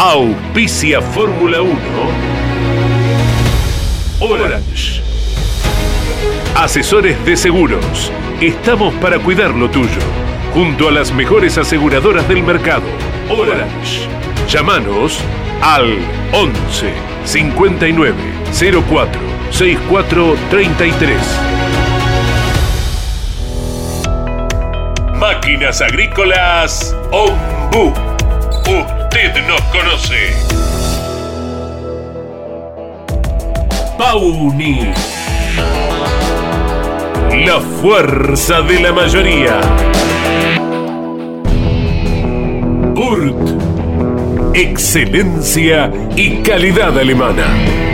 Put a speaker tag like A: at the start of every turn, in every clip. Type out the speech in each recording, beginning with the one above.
A: Auspicia Fórmula 1 Orange. Asesores de seguros. Estamos para cuidar lo tuyo. Junto a las mejores aseguradoras del mercado. Orange. Llámanos al 11 59 04 64 33. Máquinas Agrícolas Ombú. Usted nos conoce. Pauni. La fuerza de la mayoría. Urt. Excelencia y calidad alemana.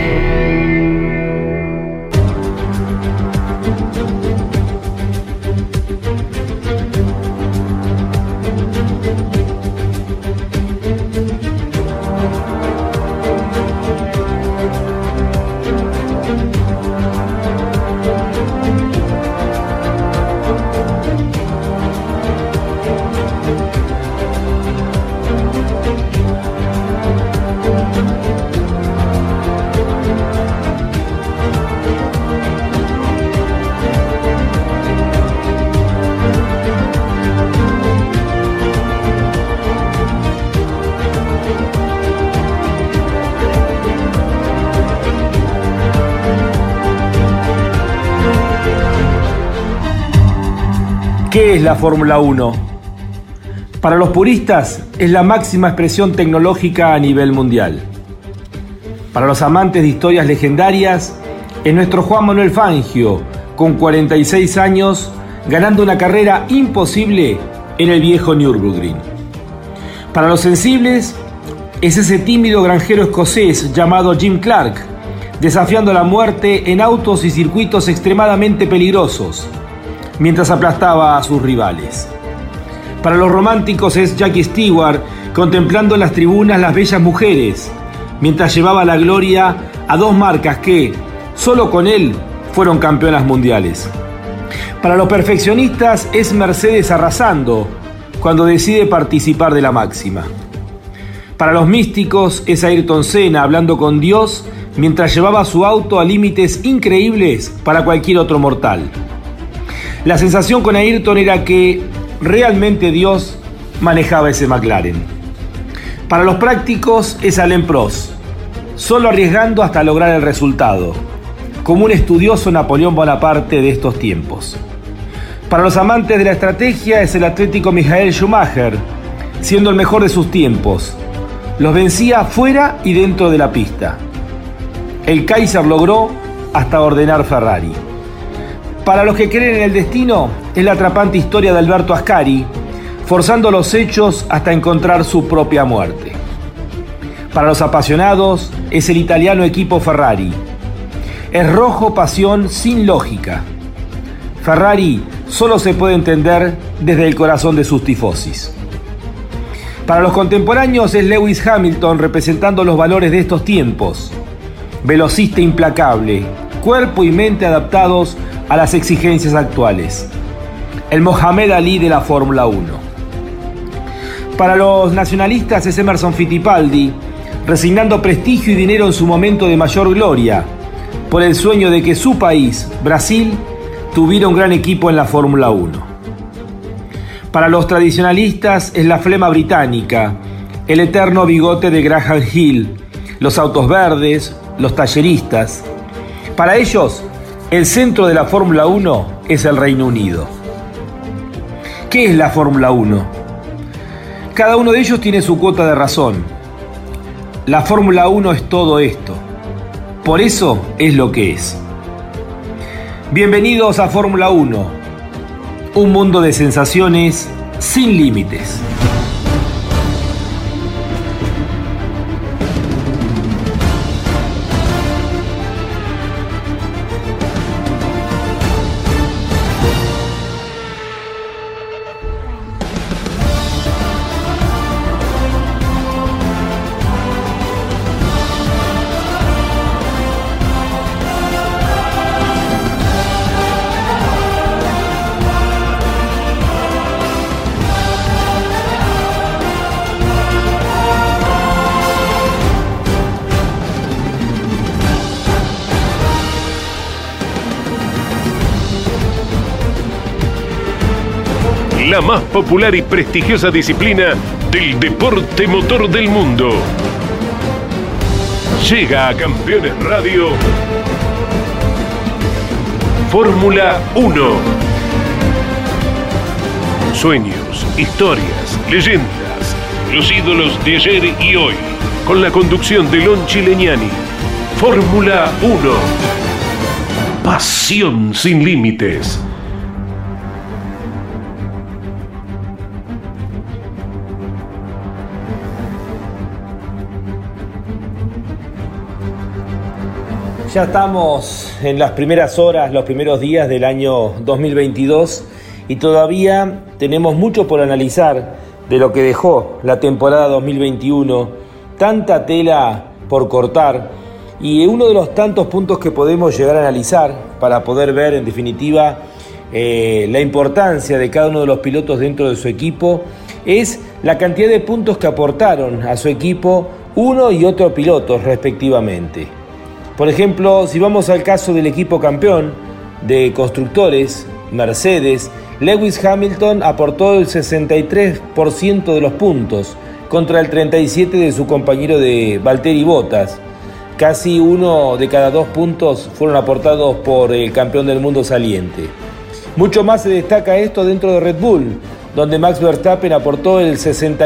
B: ¿Qué es la Fórmula 1? Para los puristas es la máxima expresión tecnológica a nivel mundial. Para los amantes de historias legendarias es nuestro Juan Manuel Fangio, con 46 años, ganando una carrera imposible en el viejo Nürburgring. Para los sensibles es ese tímido granjero escocés llamado Jim Clark, desafiando la muerte en autos y circuitos extremadamente peligrosos, mientras aplastaba a sus rivales. Para los románticos es Jackie Stewart contemplando en las tribunas las bellas mujeres, mientras llevaba la gloria a dos marcas que, solo con él, fueron campeonas mundiales. Para los perfeccionistas es Mercedes arrasando cuando decide participar de la máxima. Para los místicos es Ayrton Senna hablando con Dios mientras llevaba su auto a límites increíbles para cualquier otro mortal. La sensación con Ayrton era que realmente Dios manejaba ese McLaren. Para los prácticos es Alain Prost, solo arriesgando hasta lograr el resultado, como un estudioso Napoleón Bonaparte de estos tiempos. Para los amantes de la estrategia es el atlético Michael Schumacher, siendo el mejor de sus tiempos. Los vencía fuera y dentro de la pista. El Kaiser logró hasta ordenar Ferrari. Para los que creen en el destino, es la atrapante historia de Alberto Ascari, forzando los hechos hasta encontrar su propia muerte. Para los apasionados, es el italiano equipo Ferrari. Es rojo pasión sin lógica. Ferrari solo se puede entender desde el corazón de sus tifosis. Para los contemporáneos es Lewis Hamilton representando los valores de estos tiempos. Velocista implacable, cuerpo y mente adaptados a las exigencias actuales. El Mohamed Ali de la Fórmula 1. Para los nacionalistas es Emerson Fittipaldi, resignando prestigio y dinero en su momento de mayor gloria, por el sueño de que su país, Brasil, tuviera un gran equipo en la Fórmula 1. Para los tradicionalistas es la flema británica, el eterno bigote de Graham Hill, los autos verdes, los talleristas. Para ellos, el centro de la Fórmula 1 es el Reino Unido. ¿Qué es la Fórmula 1? Cada uno de ellos tiene su cuota de razón. La Fórmula 1 es todo esto. Por eso es lo que es. Bienvenidos a Fórmula 1, un mundo de sensaciones sin límites.
A: la más popular y prestigiosa disciplina del deporte motor del mundo. Llega a Campeones Radio Fórmula 1. Sueños, historias, leyendas, los ídolos de ayer y hoy, con la conducción de Lonchi Legnani. Fórmula 1. Pasión sin límites.
B: Ya estamos en las primeras horas, los primeros días del año 2022 y todavía tenemos mucho por analizar de lo que dejó la temporada 2021, tanta tela por cortar y uno de los tantos puntos que podemos llegar a analizar para poder ver en definitiva la importancia de cada uno de los pilotos dentro de su equipo es la cantidad de puntos que aportaron a su equipo uno y otro piloto respectivamente. Por ejemplo, si vamos al caso del equipo campeón de constructores, Lewis Hamilton aportó el 63% de los puntos contra el 37% de su compañero de Valtteri Bottas. Casi uno de cada 2 puntos fueron aportados por el campeón del mundo saliente. Mucho más se destaca esto dentro de Red Bull, donde Max Verstappen aportó el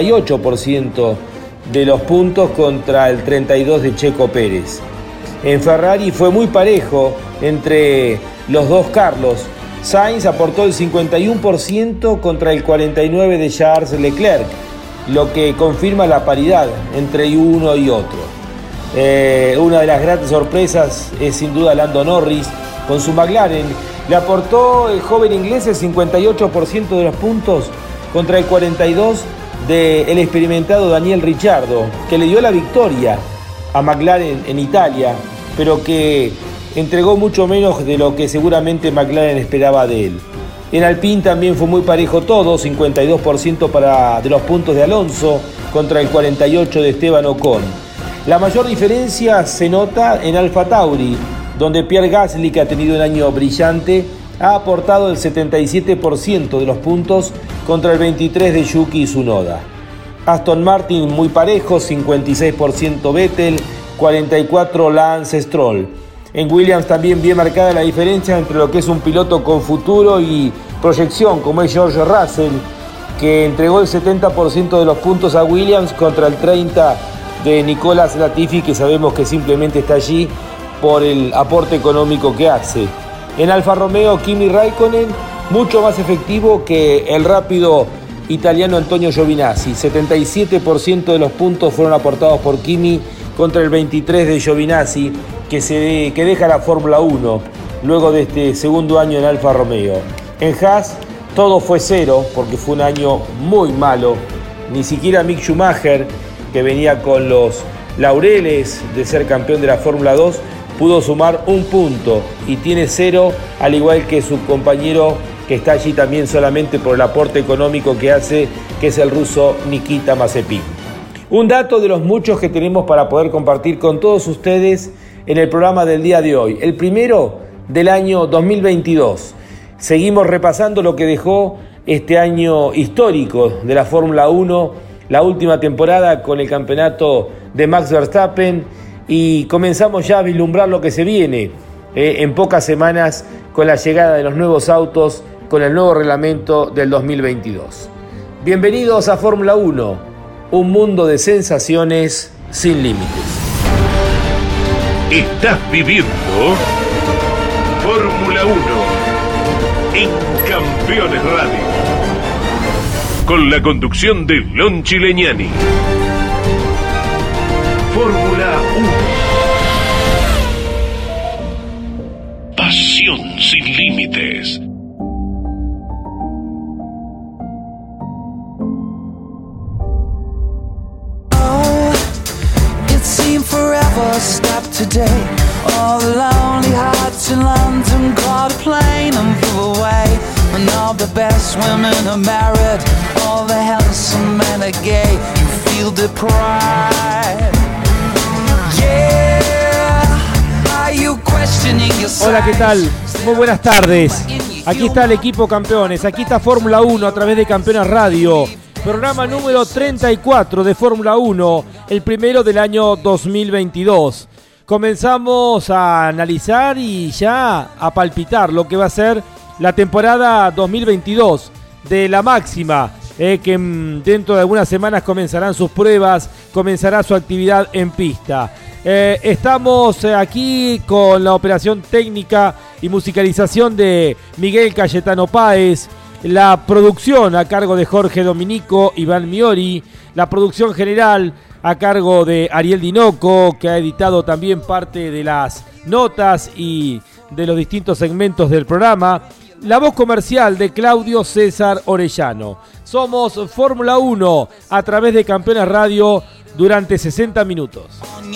B: 68% de los puntos contra el 32% de Checo Pérez. En Ferrari fue muy parejo entre los dos Carlos. Sainz aportó el 51% contra el 49% de Charles Leclerc, lo que confirma la paridad entre uno y otro. Una de las grandes sorpresas es sin duda Lando Norris con su McLaren. Le aportó el joven inglés el 58% de los puntos contra el 42% del experimentado Daniel Ricciardo, que le dio la victoria a McLaren en Italia, pero que entregó mucho menos de lo que seguramente McLaren esperaba de él. En Alpine también fue muy parejo todo, 52% de los puntos de Alonso contra el 48% de Esteban Ocon. La mayor diferencia se nota en Alfa Tauri, donde Pierre Gasly, que ha tenido un año brillante, ha aportado el 77% de los puntos contra el 23% de Yuki Tsunoda. Aston Martin muy parejo, 56% Vettel, 44% Lance Stroll. En Williams también bien marcada la diferencia entre lo que es un piloto con futuro y proyección, como es George Russell, que entregó el 70% de los puntos a Williams contra el 30% de Nicolas Latifi, que sabemos que simplemente está allí por el aporte económico que hace. En Alfa Romeo, Kimi Raikkonen, mucho más efectivo que el rápido italiano Antonio Giovinazzi. 77% de los puntos fueron aportados por Kimi contra el 23% de Giovinazzi, que deja la Fórmula 1 luego de este segundo año en Alfa Romeo. En Haas todo fue cero porque fue un año muy malo. Ni siquiera Mick Schumacher, que venía con los laureles de ser campeón de la Fórmula 2, pudo sumar un punto y tiene 0, al igual que su compañero que está allí también solamente por el aporte económico que hace, que es el ruso Nikita Mazepin. Un dato de los muchos que tenemos para poder compartir con todos ustedes en el programa del día de hoy. El primero del año 2022. Seguimos repasando lo que dejó este año histórico de la Fórmula 1, la última temporada con el campeonato de Max Verstappen, y comenzamos ya a vislumbrar lo que se viene en pocas semanas con la llegada de los nuevos autos, con el nuevo reglamento del 2022. Bienvenidos a Fórmula 1, un mundo de sensaciones sin límites.
A: Estás viviendo Fórmula 1 en Campeones Radio, con la conducción de Lonchi Legnani. Fórmula 1. Pasión sin límites.
C: Oh, it seemed forever stopped today. All the lonely hearts in London caught a plane and flew away. And all the best women are married, all the handsome men are gay. You feel deprived. Yeah, are you questioning yourself?
B: Hola, ¿qué tal? Muy buenas tardes. Aquí está el equipo campeones, aquí está Fórmula 1 a través de Campeones Radio. Programa número 34 de Fórmula 1, el primero del año 2022. Comenzamos a analizar y ya a palpitar lo que va a ser la temporada 2022 de la máxima, que dentro de algunas semanas comenzarán sus pruebas, comenzará su actividad en pista. Estamos aquí con la operación técnica y musicalización de Miguel Cayetano Páez, la producción a cargo de Jorge Dominico, Iván Miori, la producción general a cargo de Ariel Dinoco, que ha editado también parte de las notas y de los distintos segmentos del programa. La voz comercial de Claudio César Orellano. Somos Fórmula 1 a través de Campeones Radio durante 60 minutos.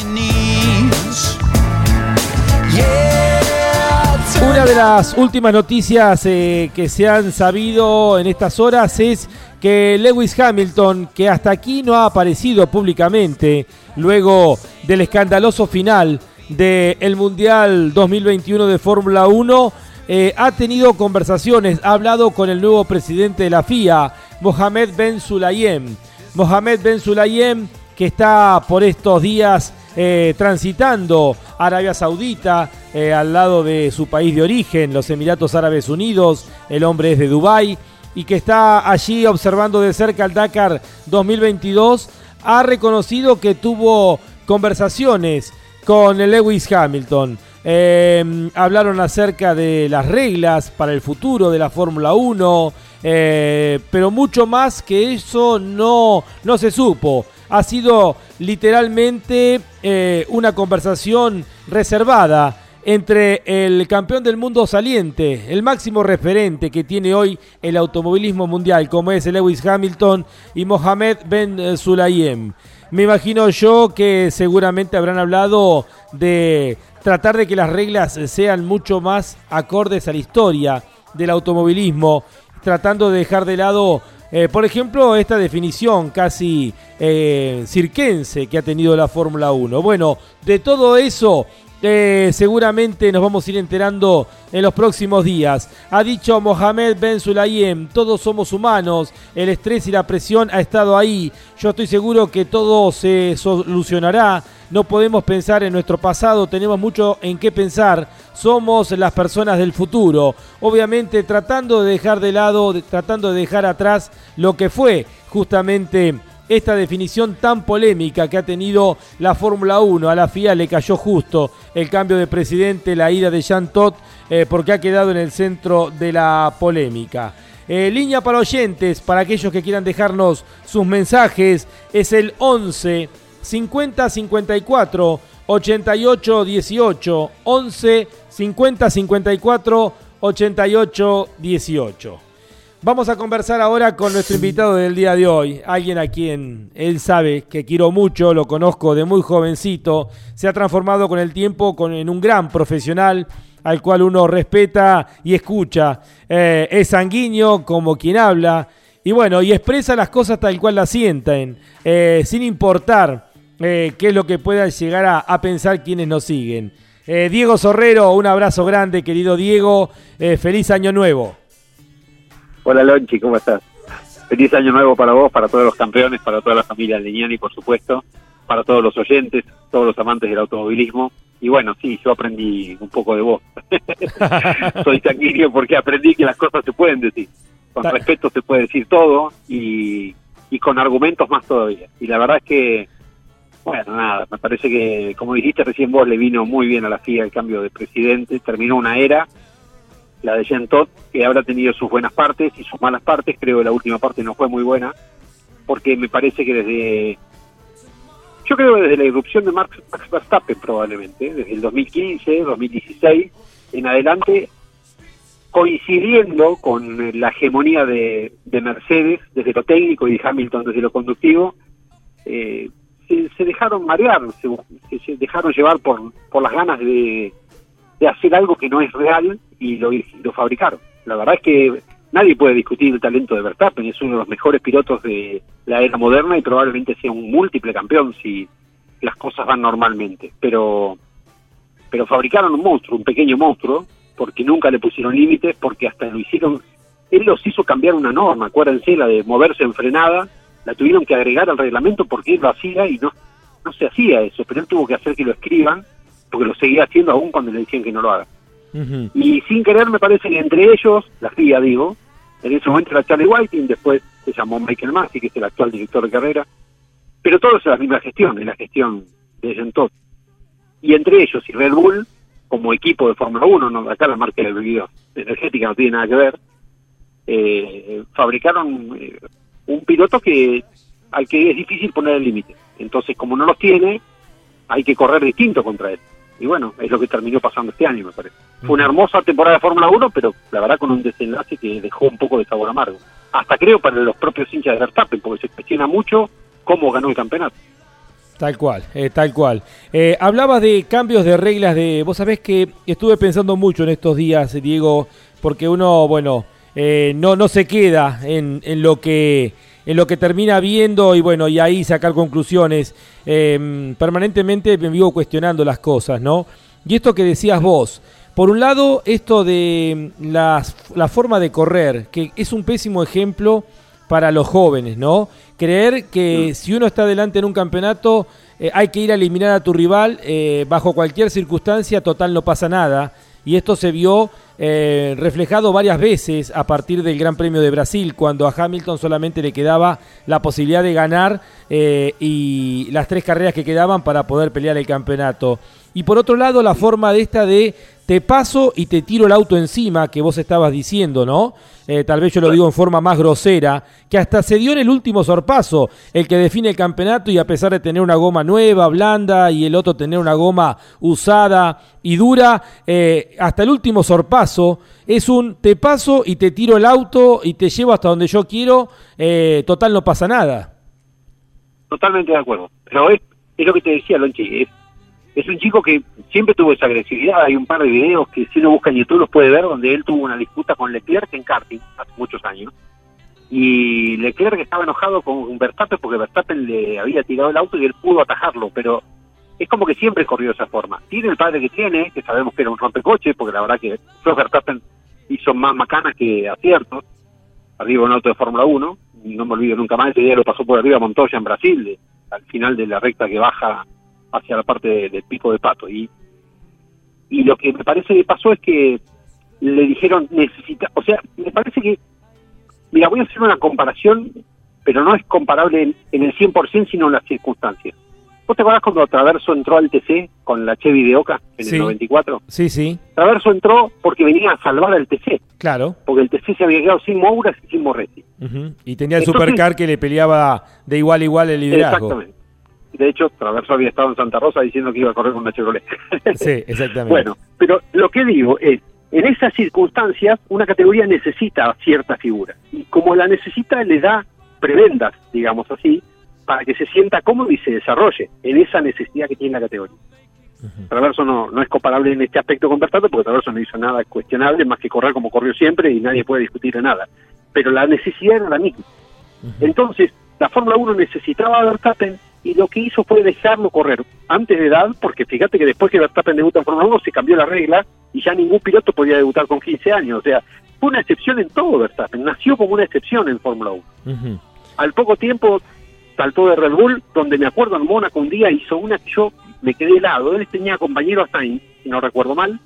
B: Una de las últimas noticias que se han sabido en estas horas es que Lewis Hamilton, que hasta aquí no ha aparecido públicamente luego del escandaloso final del Mundial 2021 de Fórmula 1, ha tenido conversaciones, ha hablado con el nuevo presidente de la FIA, Mohammed Ben Sulayem. Mohammed Ben Sulayem, que está por estos días transitando Arabia Saudita, al lado de su país de origen, los Emiratos Árabes Unidos. El hombre es de Dubái y que está allí observando de cerca el Dakar 2022, ha reconocido que tuvo conversaciones con el Lewis Hamilton. Hablaron acerca de las reglas para el futuro de la Fórmula 1, pero mucho más que eso no se supo. Ha sido literalmente una conversación reservada entre el campeón del mundo saliente, el máximo referente que tiene hoy el automovilismo mundial, como es Lewis Hamilton, y Mohammed Ben Sulayem. Me imagino yo que seguramente habrán hablado de tratar de que las reglas sean mucho más acordes a la historia del automovilismo, tratando de dejar de lado, por ejemplo, esta definición casi circense que ha tenido la Fórmula 1. Bueno, de todo eso seguramente nos vamos a ir enterando en los próximos días. Ha dicho Mohammed Ben Sulayem: todos somos humanos, el estrés y la presión ha estado ahí, yo estoy seguro que todo se solucionará, no podemos pensar en nuestro pasado, tenemos mucho en qué pensar, somos las personas del futuro, obviamente tratando de dejar de lado, tratando de dejar atrás lo que fue justamente esta definición tan polémica que ha tenido la Fórmula 1. A la FIA le cayó justo el cambio de presidente, la ida de Jean Todt, porque ha quedado en el centro de la polémica. Línea para oyentes, para aquellos que quieran dejarnos sus mensajes, es el 11 50 54 88 18, 11 50 54 88 18. Vamos a conversar ahora con nuestro invitado del día de hoy, alguien a quien él sabe que quiero mucho, lo conozco de muy jovencito, se ha transformado con el tiempo en un gran profesional al cual uno respeta y escucha. Es sanguíneo como quien habla y bueno, y expresa las cosas tal cual las sienten, sin importar qué es lo que puedan llegar a pensar quienes nos siguen. Diego Sorrero, un abrazo grande, querido Diego, feliz año nuevo.
D: Hola Lonchi, ¿cómo estás? Feliz año nuevo para vos, para todos los campeones, para toda la familia Legnani, por supuesto, para todos los oyentes, todos los amantes del automovilismo. Y bueno, sí, yo aprendí un poco de vos. Soy sanguíneo porque aprendí que las cosas se pueden decir. Con respeto se puede decir todo y con argumentos más todavía. Y la verdad es que, bueno, nada, me parece que, como dijiste recién vos, le vino muy bien a la FIA el cambio de presidente, terminó una era, la de Jean Todt, que habrá tenido sus buenas partes y sus malas partes. Creo que la última parte no fue muy buena, porque me parece que desde la irrupción de Max Verstappen probablemente, desde el 2015, 2016 en adelante, coincidiendo con la hegemonía de Mercedes desde lo técnico y de Hamilton desde lo conductivo, se dejaron marear, se dejaron llevar por las ganas de hacer algo que no es real y lo fabricaron. La verdad es que nadie puede discutir el talento de Verstappen, es uno de los mejores pilotos de la era moderna y probablemente sea un múltiple campeón si las cosas van normalmente, pero fabricaron un monstruo, un pequeño monstruo, porque nunca le pusieron límites, porque hasta lo hicieron, él los hizo cambiar una norma, acuérdense, la de moverse en frenada, la tuvieron que agregar al reglamento porque él lo hacía y no se hacía eso, pero él tuvo que hacer que lo escriban, porque lo seguía haciendo aún cuando le decían que no lo haga. Uh-huh. Y sin querer me parece que entre ellos, la FIA digo, en ese momento era Charlie Whiting, después se llamó Michael Masi, que es el actual director de carrera, pero todos es la misma gestión, es la gestión de Gentoo. Y entre ellos y Red Bull, como equipo de Fórmula 1, no, acá la marca de bebida energética no tiene nada que ver, fabricaron un piloto al que es difícil poner el límite. Entonces, como no los tiene, hay que correr distinto contra él. Y bueno, es lo que terminó pasando este año, me parece. Fue una hermosa temporada de Fórmula 1, pero la verdad con un desenlace que dejó un poco de sabor amargo. Hasta creo para los propios hinchas de Verstappen, porque se cuestiona mucho cómo ganó el campeonato.
B: Tal cual, tal cual. Hablabas de cambios de reglas vos sabés que estuve pensando mucho en estos días, Diego, porque uno, bueno, no se queda en lo que termina viendo y ahí sacar conclusiones. Permanentemente me vivo cuestionando las cosas, ¿no? Y esto que decías vos, por un lado, esto de la forma de correr, que es un pésimo ejemplo para los jóvenes, ¿no? Creer que si uno está adelante en un campeonato hay que ir a eliminar a tu rival bajo cualquier circunstancia, total no pasa nada. Y esto se vio reflejado varias veces a partir del Gran Premio de Brasil, cuando a Hamilton solamente le quedaba la posibilidad de ganar y las 3 carreras que quedaban para poder pelear el campeonato. Y por otro lado, la forma de te paso y te tiro el auto encima, que vos estabas diciendo, ¿no? Tal vez yo lo digo en forma más grosera, que hasta se dio en el último sorpaso, el que define el campeonato, y a pesar de tener una goma nueva, blanda, y el otro tener una goma usada y dura, hasta el último sorpaso es te paso y te tiro el auto y te llevo hasta donde yo quiero, total no pasa nada.
D: Totalmente de acuerdo, pero es lo que te decía, Lonchi, es un chico que siempre tuvo esa agresividad. Hay un par de videos que si uno busca en YouTube los puede ver, donde él tuvo una disputa con Leclerc en karting hace muchos años, y Leclerc estaba enojado con Verstappen porque Verstappen le había tirado el auto y él pudo atajarlo, pero es como que siempre corrió de esa forma. Tiene el padre que tiene, que sabemos que era un rompecoche, porque la verdad que Verstappen hizo más macanas que aciertos arriba en un auto de Fórmula 1, y no me olvido nunca más, ese día lo pasó por arriba Montoya en Brasil, al final de la recta que baja hacia la parte del pico de Pato, y lo que me parece que pasó es que le dijeron me parece que, mira, voy a hacer una comparación, pero no es comparable en el 100%, sino en las circunstancias. ¿Vos te acordás cuando Traverso entró al TC con la Chevy de Oca en el 94? Sí. Traverso entró porque venía a salvar al TC. Claro. Porque el TC se había quedado sin Mouras y sin Moretti.
B: Uh-huh. Y tenía el Supercar que le peleaba de igual a igual el liderazgo.
D: Exactamente. De hecho, Traverso había estado en Santa Rosa diciendo que iba a correr con una Chevrolet.
B: Sí, exactamente.
D: Bueno, pero lo que digo es, en esas circunstancias, una categoría necesita cierta figura. Y como la necesita, le da prebendas, digamos así, para que se sienta cómodo y se desarrolle en esa necesidad que tiene la categoría. Uh-huh. Traverso no es comparable en este aspecto con Verstappen, porque Traverso no hizo nada cuestionable, más que correr como corrió siempre, y nadie puede discutir nada. Pero la necesidad era la misma. Uh-huh. Entonces, la Fórmula 1 necesitaba a Verstappen, y lo que hizo fue dejarlo correr antes de edad, porque fíjate que después que Verstappen debuta en Fórmula 1 se cambió la regla y ya ningún piloto podía debutar con 15 años. O sea, fue una excepción en todo Verstappen, nació como una excepción en Fórmula 1. Uh-huh. Al poco tiempo saltó de Red Bull, donde me acuerdo en Mónaco un día hizo una que yo me quedé helado. Él tenía compañero a Sainz, si no recuerdo mal,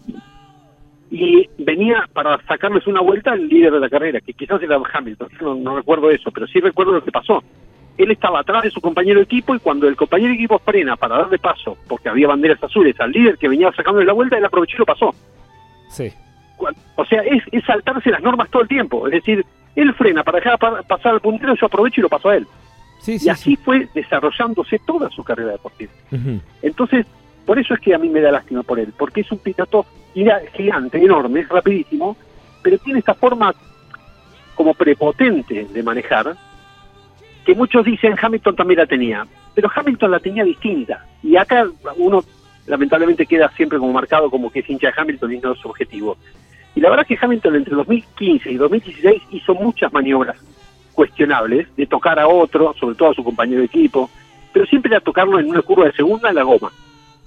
D: y venía para sacarles una vuelta al líder de la carrera, que quizás era Hamilton, no recuerdo eso, pero sí recuerdo lo que pasó. Él estaba atrás de su compañero de equipo, y cuando el compañero de equipo frena para darle paso, porque había banderas azules, al líder que venía sacándole la vuelta, él aprovechó y lo pasó.
B: Sí.
D: O sea, es saltarse las normas todo el tiempo. Es decir, él frena para dejar pasar al puntero, yo aprovecho y lo paso a él. Sí, y así fue desarrollándose toda su carrera deportiva. Uh-huh. Entonces, por eso es que a mí me da lástima por él, porque es un piloto gigante, enorme, rapidísimo, pero tiene esta forma como prepotente de manejar, que muchos dicen Hamilton también la tenía, pero Hamilton la tenía distinta, y acá uno lamentablemente queda siempre como marcado como que es hincha de Hamilton y no es su objetivo. Y la verdad es que Hamilton entre 2015 y 2016 hizo muchas maniobras cuestionables, de tocar a otro, sobre todo a su compañero de equipo, pero siempre era tocarlo en una curva de segunda en la goma.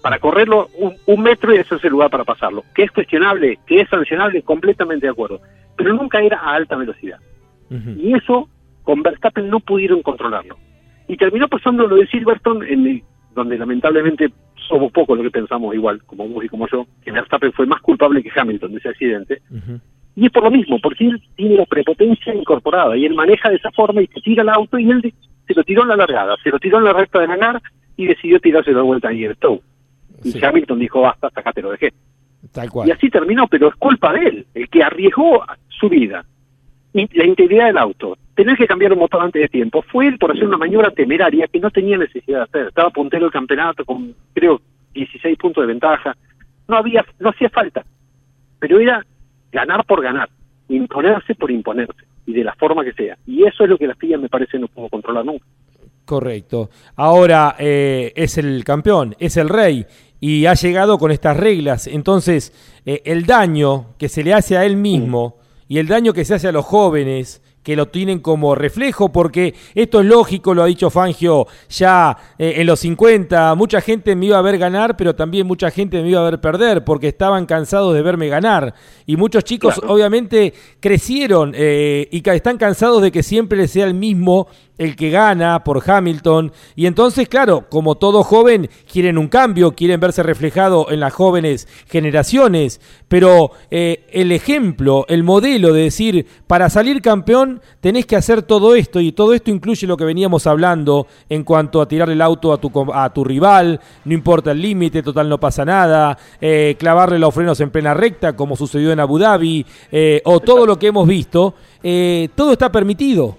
D: para correrlo un metro y hacerse lugar para pasarlo. Que es cuestionable, que es sancionable, completamente de acuerdo. Pero nunca era a alta velocidad. Y eso, con Verstappen no pudieron controlarlo. Y terminó pasando lo de Silverstone, donde lamentablemente somos pocos los que pensamos igual, como vos y como yo, que Verstappen fue más culpable que Hamilton de ese accidente. Y es por lo mismo, porque él tiene la prepotencia incorporada, y él maneja de esa forma y se tira el auto, y él se lo tiró en la largada, se lo tiró en la recta de ganar, y decidió tirarse la vuelta ahí en el Stowe. Y Hamilton dijo, basta, hasta acá te lo dejé.
B: Tal cual.
D: Y así terminó, pero es culpa de él, el que arriesgó su vida. Y la integridad del auto, tener que cambiar un motor antes de tiempo, fue él por hacer una maniobra temeraria que no tenía necesidad de hacer. Estaba puntero del campeonato con, creo, 16 puntos de ventaja. No hacía falta. Pero era ganar por ganar, imponerse por imponerse, y de la forma que sea. Y eso es lo que la FIA, me parece, no pudo controlar nunca.
B: Correcto. Ahora es el campeón, es el rey, y ha llegado con estas reglas. Entonces, el daño que se le hace a él mismo y el daño que se hace a los jóvenes que lo tienen como reflejo, porque esto es lógico, lo ha dicho Fangio ya en los 50, mucha gente me iba a ver ganar, pero también mucha gente me iba a ver perder, porque estaban cansados de verme ganar, y muchos chicos obviamente crecieron y están cansados de que siempre sea el mismo el que gana por Hamilton, y entonces claro, como todo joven quieren un cambio, quieren verse reflejado en las jóvenes generaciones, pero el ejemplo, el modelo de decir, para salir campeón tenés que hacer todo esto, y todo esto incluye lo que veníamos hablando en cuanto a tirar el auto a tu rival, no importa el límite, total no pasa nada, clavarle los frenos en plena recta como sucedió en Abu Dhabi, o todo lo que hemos visto, todo está permitido.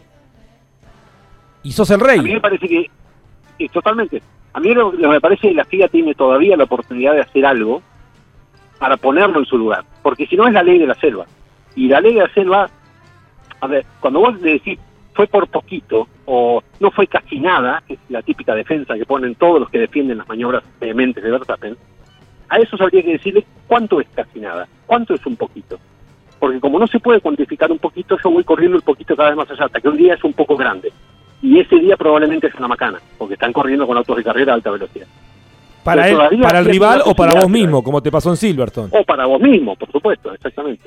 B: Y sos el rey.
D: A mí me parece que totalmente. A mí lo que me parece que la FIA tiene todavía la oportunidad de hacer algo para ponerlo en su lugar. Porque si no es la ley de la selva. Y la ley de la selva, a ver, cuando vos le decís fue por poquito o no fue casi nada, que es la típica defensa que ponen todos los que defienden las maniobras vehementes de Verstappen, a eso habría que decirle cuánto es casi nada, cuánto es un poquito. Porque como no se puede cuantificar un poquito, yo voy corriendo el poquito cada vez más allá, hasta que un día es un poco grande. Y ese día probablemente es una macana, porque están corriendo con autos de carrera a alta velocidad.
B: Para el rival o para vos mismo, como te pasó en Silverstone.
D: O para vos mismo, por supuesto, exactamente.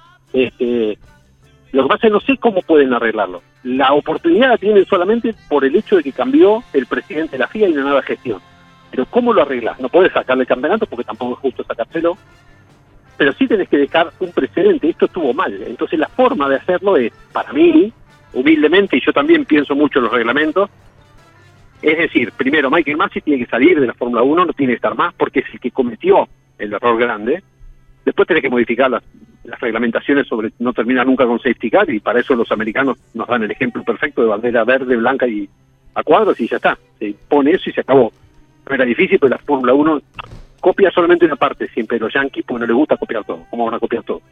D: Lo que pasa es que no sé cómo pueden arreglarlo. La oportunidad la tienen solamente por el hecho de que cambió el presidente de la FIA y una nueva gestión. Pero ¿cómo lo arreglas? No podés sacarle el campeonato porque tampoco es justo sacárselo, pero sí tenés que dejar un precedente. Esto estuvo mal. Entonces la forma de hacerlo es, para mí, humildemente, y yo también pienso mucho en los reglamentos, es decir, primero Michael Masi tiene que salir de la Fórmula 1, no tiene que estar más porque es el que cometió el error grande. Después tenés que modificar las reglamentaciones sobre no terminar nunca con safety car, y para eso los americanos nos dan el ejemplo perfecto de bandera verde, blanca y a cuadros, y ya está, se pone eso y se acabó. No era difícil, pero la Fórmula 1 copia solamente una parte siempre, los yankees, porque no les gusta copiar todo. ¿Cómo van a copiar todo?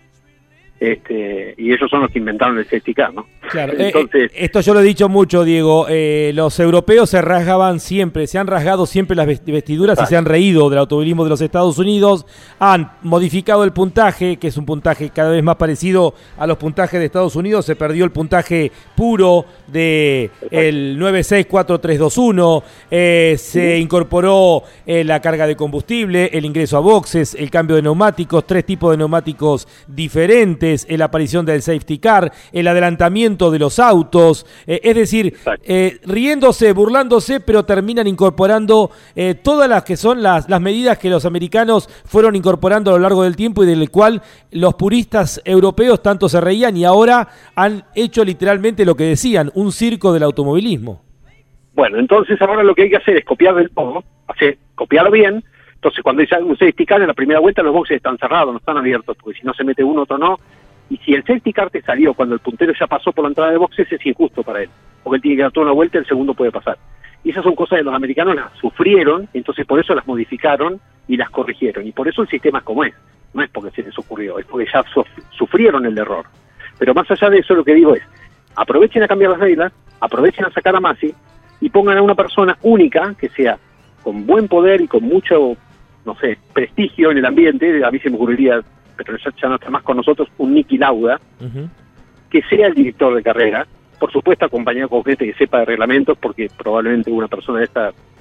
D: Y ellos son los que inventaron el safety car, ¿no?
B: Claro,
D: entonces,
B: esto yo lo he dicho mucho, Diego, los europeos se rasgaban siempre, se han rasgado siempre las vestiduras y se han reído del automovilismo de los Estados Unidos, han modificado el puntaje, que es un puntaje cada vez más parecido a los puntajes de Estados Unidos, se perdió el puntaje puro de el 964-321, se incorporó la carga de combustible, el ingreso a boxes, el cambio de neumáticos, 3 tipos de neumáticos diferentes, la aparición del safety car, el adelantamiento de los autos, es decir, riéndose, burlándose, pero terminan incorporando todas las que son las medidas que los americanos fueron incorporando a lo largo del tiempo y del cual los puristas europeos tanto se reían, y ahora han hecho literalmente lo que decían, un circo del automovilismo.
D: Bueno, entonces ahora lo que hay que hacer es copiar del todo, copiarlo bien. Entonces cuando dice un safety car en la primera vuelta, los boxes están cerrados, no están abiertos, porque si no se mete uno, otro no. Y si el safety car te salió cuando el puntero ya pasó por la entrada de boxes, es injusto para él, porque él tiene que dar toda una vuelta y el segundo puede pasar. Y esas son cosas que los americanos las sufrieron, entonces por eso las modificaron y las corrigieron. Y por eso el sistema es como es. No es porque se les ocurrió, es porque ya sufrieron el error. Pero más allá de eso, lo que digo es, aprovechen a cambiar las reglas, aprovechen a sacar a Masi y pongan a una persona única, que sea con buen poder y con mucho, no sé, prestigio en el ambiente. A mí se me ocurriría, pero ya no está más con nosotros, un Niki Lauda, que sea el director de carrera, por supuesto acompañado con gente que sepa de reglamentos, porque probablemente una persona de esta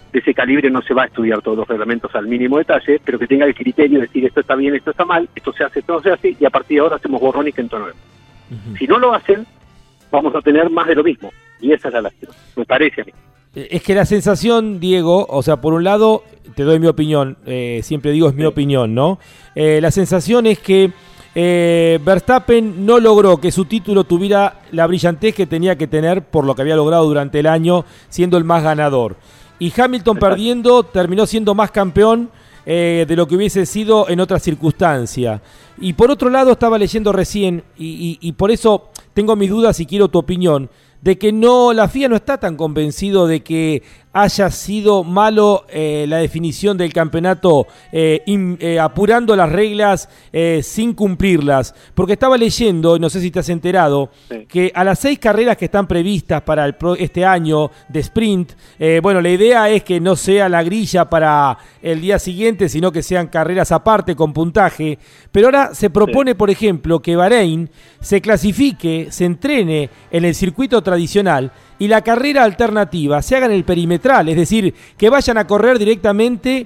D: de ese calibre no se va a estudiar todos los reglamentos al mínimo detalle, pero que tenga el criterio de decir esto está bien, esto está mal, esto se hace, esto no se hace, y a partir de ahora hacemos borrón y cuenta nueva. Si no lo hacen, vamos a tener más de lo mismo, y esa es la lástima, me parece a mí.
B: Es que la sensación, Diego, o sea, por un lado, te doy mi opinión, siempre digo es mi opinión, ¿no? La sensación es que Verstappen no logró que su título tuviera la brillantez que tenía que tener por lo que había logrado durante el año, siendo el más ganador. Y Hamilton perdiendo terminó siendo más campeón de lo que hubiese sido en otra circunstancia. Y por otro lado estaba leyendo recién, y por eso tengo mis dudas y quiero tu opinión, de que la FIA no está tan convencido de que haya sido malo la definición del campeonato apurando las reglas sin cumplirlas, porque estaba leyendo, y no sé si te has enterado, que a las 6 carreras que están previstas para este año de sprint, la idea es que no sea la grilla para el día siguiente, sino que sean carreras aparte con puntaje, pero ahora se propone, por ejemplo, que Bahrein se clasifique, se entrene en el circuito tradicional y la carrera alternativa se haga en el perimetral, es decir, que vayan a correr directamente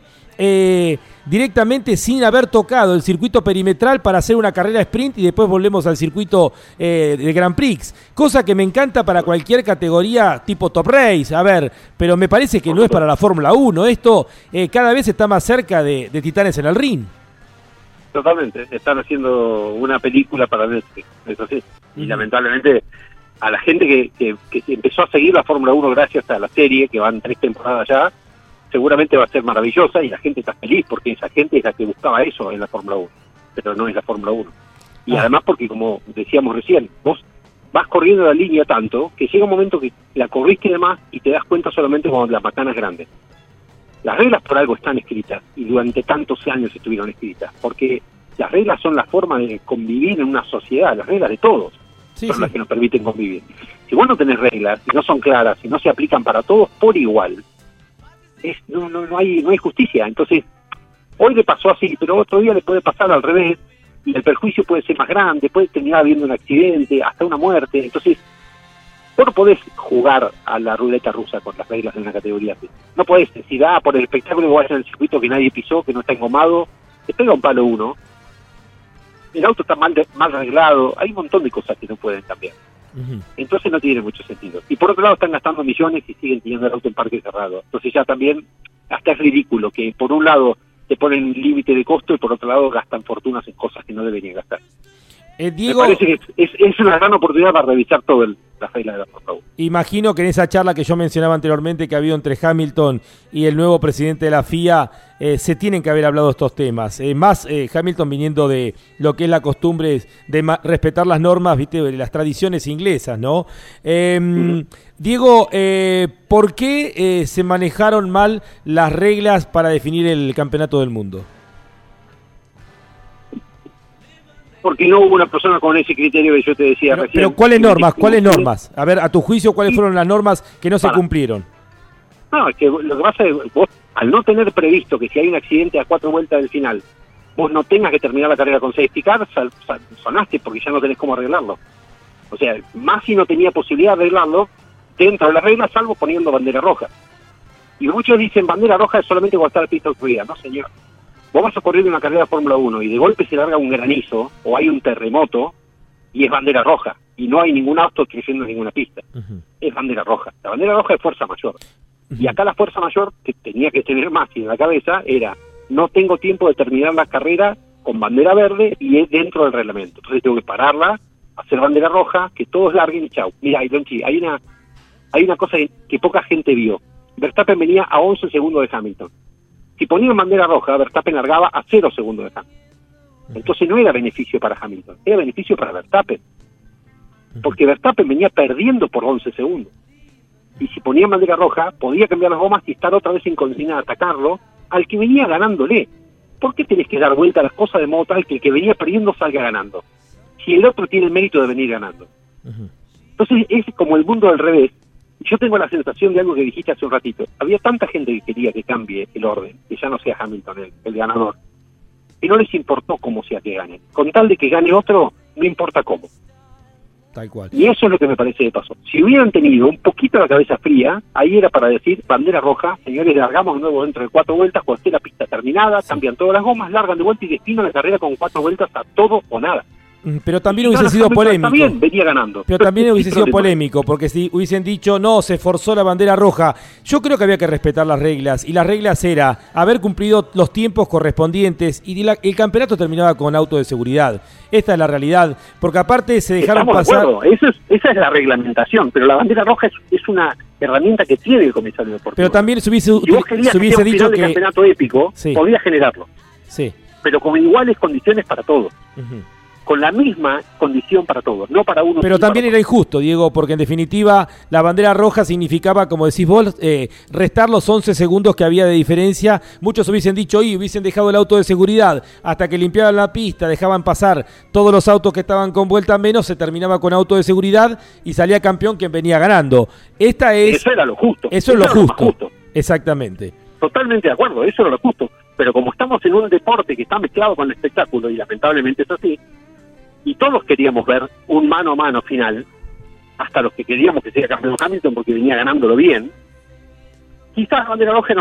B: sin haber tocado el circuito perimetral para hacer una carrera sprint y después volvemos al circuito de Grand Prix, cosa que me encanta para cualquier categoría tipo Top Race, pero me parece que no es para la Fórmula 1, esto cada vez está más cerca de Titanes en el Ring.
D: Totalmente, están haciendo una película para Netflix, eso sí, y lamentablemente a la gente que empezó a seguir la Fórmula 1 gracias a la serie, que van 3 temporadas ya, seguramente va a ser maravillosa y la gente está feliz porque esa gente es la que buscaba eso en la Fórmula 1, pero no es la Fórmula 1. Y además porque, como decíamos recién, vos vas corriendo la línea tanto que llega un momento que la corriste y demás y te das cuenta solamente cuando la macana es grande. Las reglas por algo están escritas y durante tantos años estuvieron escritas, porque las reglas son la forma de convivir en una sociedad, las reglas de todos. Son las que nos permiten convivir. Si vos no tenés reglas, si no son claras, si no se aplican para todos por igual, no hay justicia. Entonces, hoy le pasó así, pero otro día le puede pasar al revés, y el perjuicio puede ser más grande, puede terminar habiendo un accidente, hasta una muerte. Entonces, vos no podés jugar a la ruleta rusa con las reglas de una categoría así. No podés decir, por el espectáculo que vayas en el circuito que nadie pisó, que no está engomado, te pega un palo uno, el auto está mal arreglado, hay un montón de cosas que no pueden cambiar. Entonces no tiene mucho sentido. Y por otro lado están gastando millones y siguen teniendo el auto en parque cerrado. Entonces ya también hasta es ridículo que por un lado te ponen un límite de costo y por otro lado gastan fortunas en cosas que no deberían gastar.
B: Diego,
D: me parece que es una gran oportunidad para revisar todo la regla de la Fórmula 1.
B: Imagino que en esa charla que yo mencionaba anteriormente que ha habido entre Hamilton y el nuevo presidente de la FIA se tienen que haber hablado estos temas. Hamilton viniendo de lo que es la costumbre de respetar las normas, viste, las tradiciones inglesas, ¿no? Diego, ¿por qué se manejaron mal las reglas para definir el campeonato del mundo?
D: Porque no hubo una persona con ese criterio que yo te decía recién.
B: Pero ¿cuáles normas? A ver, a tu juicio, ¿cuáles fueron las normas que no se cumplieron?
D: No, es que lo que pasa es que vos, al no tener previsto que si hay un accidente a 4 vueltas del final, vos no tengas que terminar la carrera con safety car, sonaste porque ya no tenés cómo arreglarlo. O sea, Masi no tenía posibilidad de arreglarlo dentro de las reglas, salvo poniendo bandera roja. Y muchos dicen bandera roja es solamente cuando está la pista ocurrida. No, señor. Vos vas a correr una carrera de Fórmula 1 y de golpe se larga un granizo o hay un terremoto y es bandera roja y no hay ningún auto creciendo en ninguna pista. Es bandera roja. La bandera roja es fuerza mayor. Y acá la fuerza mayor que tenía que tener Masi en la cabeza era: no tengo tiempo de terminar la carrera con bandera verde y es dentro del reglamento. Entonces tengo que pararla, hacer bandera roja, que todos larguen y chau. Mira, Lonchi, hay una cosa que poca gente vio. Verstappen venía a 11 segundos de Hamilton. Si ponían bandera roja, Verstappen largaba a 0 segundos de Hamilton. Entonces no era beneficio para Hamilton, era beneficio para Verstappen. Porque Verstappen venía perdiendo por 11 segundos. Y si ponían bandera roja, podía cambiar las gomas y estar otra vez en condición de atacarlo al que venía ganándole. ¿Por qué tenés que dar vuelta a las cosas de modo tal que el que venía perdiendo salga ganando? Si el otro tiene el mérito de venir ganando. Entonces es como el mundo al revés. Yo tengo la sensación de algo que dijiste hace un ratito. Había tanta gente que quería que cambie el orden, que ya no sea Hamilton el ganador, que no les importó cómo sea que gane. Con tal de que gane otro, no importa cómo.
B: Tal cual.
D: Y eso es lo que me parece que pasó. Si hubieran tenido un poquito la cabeza fría, ahí era para decir, bandera roja, señores, largamos de nuevo dentro de 4 vueltas, cuando esté la pista terminada, cambian todas las gomas, largan de vuelta y destinan la carrera con 4 vueltas a todo o nada.
B: Pero también hubiese sido polémico.
D: También venía ganando.
B: Pero también hubiese sido polémico, porque si hubiesen dicho, no, se forzó la bandera roja, yo creo que había que respetar las reglas, y las reglas era haber cumplido los tiempos correspondientes, y el campeonato terminaba con auto de seguridad. Esta es la realidad, porque aparte se dejaron pasar...
D: Esa es la reglamentación, pero la bandera roja es una herramienta que tiene el comisario deportivo.
B: Pero también se hubiese
D: dicho que... un campeonato épico, sí, podía generarlo.
B: Sí.
D: Pero con iguales condiciones para todos.
B: Uh-huh.
D: Con la misma condición para todos, no para uno.
B: Pero también era injusto, Diego, porque en definitiva la bandera roja significaba, como decís vos, restar los 11 segundos que había de diferencia. Muchos hubiesen dicho, hubiesen dejado el auto de seguridad hasta que limpiaban la pista, dejaban pasar todos los autos que estaban con vuelta menos, se terminaba con auto de seguridad y salía campeón quien venía ganando.
D: Eso era lo justo.
B: Eso es lo justo. Exactamente.
D: Totalmente de acuerdo, eso era lo justo. Pero como estamos en un deporte que está mezclado con el espectáculo, y lamentablemente es así, y todos queríamos ver un mano a mano final, hasta los que queríamos que sea campeón Hamilton porque venía ganándolo bien, quizás la bandera roja era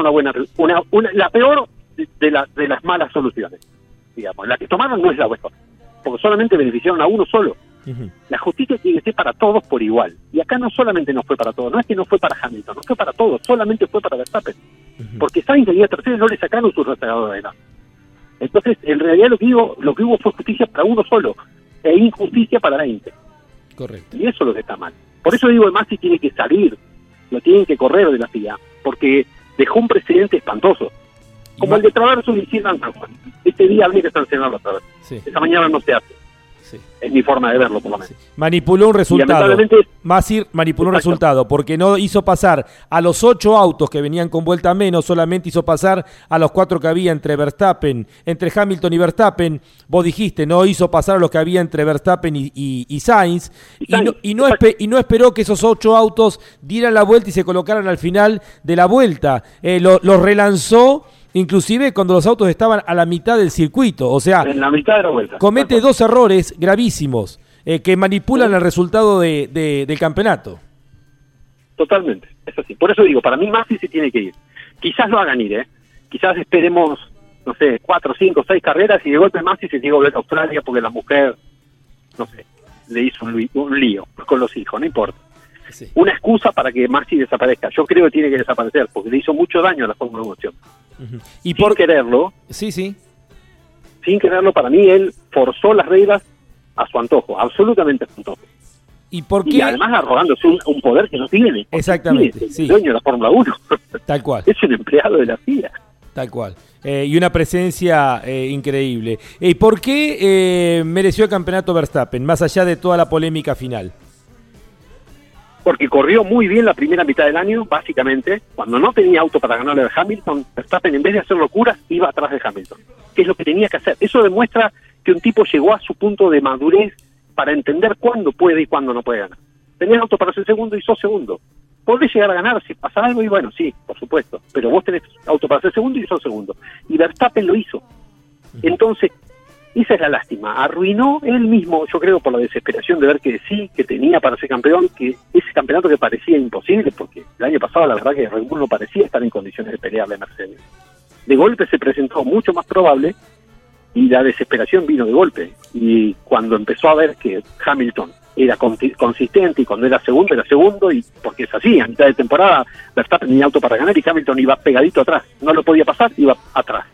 D: la peor de las malas soluciones, digamos. La que tomaron no es la mejor, porque solamente beneficiaron a uno solo. Uh-huh. La justicia tiene que ser para todos por igual, y acá no solamente no fue para todos, no es que no fue para Hamilton, no fue para todos, solamente fue para Verstappen, uh-huh, porque Sainz tenía tercero y no le sacaron su rastreador de nada. Entonces, en realidad lo que hubo fue justicia para uno solo, e injusticia para la Inter.
B: Correcto.
D: Y eso es lo que está mal. Por eso digo, Masi tiene que salir, lo tienen que correr de la FIA, porque dejó un precedente espantoso, como el de Traverso y San Juan. Este día habría que sancionarlo otra vez. Sí. Esa mañana no se hace. Sí. Es mi forma de verlo, por lo menos. Sí.
B: Manipuló un resultado. Masi manipuló un resultado, porque no hizo pasar a los 8 autos que venían con vuelta menos, solamente hizo pasar a los 4 que había entre Hamilton y Verstappen. Vos dijiste, no hizo pasar a los que había entre Verstappen y Sainz, y no esperó que esos 8 autos dieran la vuelta y se colocaran al final de la vuelta. Los relanzó, inclusive cuando los autos estaban a la mitad del circuito, o sea,
D: en la mitad de la vuelta.
B: Comete 2 errores gravísimos que manipulan el resultado del campeonato.
D: Totalmente, es así. Por eso digo, para mí Masi se tiene que ir. Quizás lo hagan ir, quizás esperemos, no sé, 4, 5, 6 carreras y de golpe Masi se llega a volver a Australia porque la mujer, no sé, le hizo un lío con los hijos, no importa. Sí. Una excusa para que Masi desaparezca. Yo creo que tiene que desaparecer porque le hizo mucho daño a la Fórmula 1.
B: Uh-huh. Y
D: sin quererlo, sin quererlo, para mí él forzó las reglas a su antojo, absolutamente a su antojo.
B: ¿Y por qué?
D: Y además arrogándose un poder que no tiene.
B: Exactamente,
D: es el dueño de la Fórmula 1.
B: Tal cual.
D: Es un empleado de la FIA.
B: Tal cual. Y una presencia increíble. ¿Y por qué mereció el campeonato Verstappen, más allá de toda la polémica final?
D: Porque corrió muy bien la primera mitad del año, básicamente. Cuando no tenía auto para ganarle a Hamilton, Verstappen, en vez de hacer locuras, iba atrás de Hamilton, que es lo que tenía que hacer. Eso demuestra que un tipo llegó a su punto de madurez para entender cuándo puede y cuándo no puede ganar. Tenés auto para ser segundo y sos segundo. Podés llegar a ganar si pasa algo y bueno, sí, por supuesto. Pero vos tenés auto para ser segundo y sos segundo. Y Verstappen lo hizo. Entonces, esa es la lástima. Arruinó él mismo, yo creo, por la desesperación de ver que sí, que tenía para ser campeón, que ese campeonato que parecía imposible, porque el año pasado la verdad que Red Bull no parecía estar en condiciones de pelearle a Mercedes. De golpe se presentó mucho más probable y la desesperación vino de golpe. Y cuando empezó a ver que Hamilton era consistente y cuando era segundo, y porque es así, a mitad de temporada Verstappen tenía auto para ganar y Hamilton iba pegadito atrás, no lo podía pasar, iba atrás.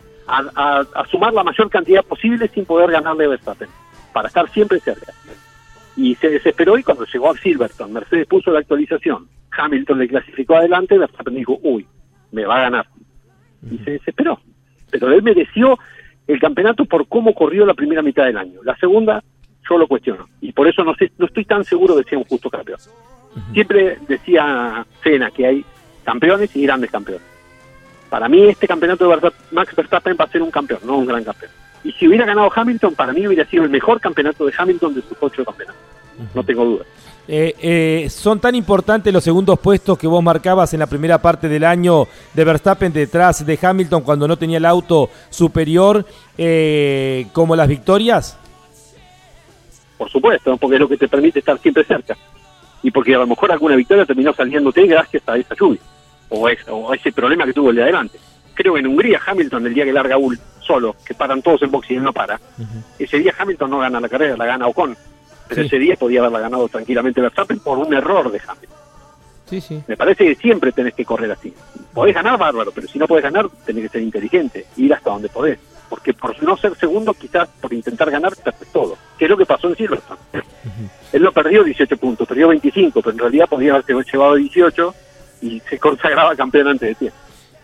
D: A sumar la mayor cantidad posible sin poder ganarle a Verstappen, para estar siempre cerca. Y se desesperó y cuando llegó a Silverstone, Mercedes puso la actualización, Hamilton le clasificó adelante, Verstappen dijo, me va a ganar. Y se desesperó. Pero él mereció el campeonato por cómo corrió la primera mitad del año. La segunda, yo lo cuestiono. Y por eso no estoy tan seguro de ser un justo campeón. Siempre decía Senna que hay campeones y grandes campeones. Para mí este campeonato de Max Verstappen va a ser un campeón, no un gran campeón. Y si hubiera ganado Hamilton, para mí hubiera sido el mejor campeonato de Hamilton de sus 8 campeonatos. No tengo dudas.
B: ¿Son tan importantes los segundos puestos que vos marcabas en la primera parte del año de Verstappen detrás de Hamilton cuando no tenía el auto superior como las victorias?
D: por supuesto, porque es lo que te permite estar siempre cerca. Y porque a lo mejor alguna victoria terminó saliéndote gracias a esa lluvia, o a ese problema que tuvo el de adelante. Creo que en Hungría Hamilton, el día que larga Bull solo, que paran todos en box y él no para, ese día Hamilton no gana la carrera, la gana Ocon. Pero ese día podía haberla ganado tranquilamente Verstappen por un error de Hamilton.
E: Sí.
D: Me parece que siempre tenés que correr así. Podés ganar, bárbaro, pero si no podés ganar, tenés que ser inteligente, ir hasta donde podés. Porque por no ser segundo, quizás por intentar ganar, perdés todo. Que es lo que pasó en Silverstone. Él no perdió 18 puntos, perdió 25, pero en realidad podía haberse llevado 18 y se consagraba campeón antes de tiempo.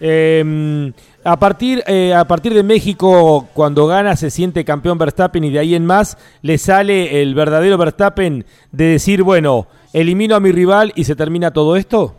E: A partir de México, cuando gana, se siente campeón Verstappen y de ahí en más le sale el verdadero Verstappen de decir, bueno, elimino a mi rival y se termina todo esto.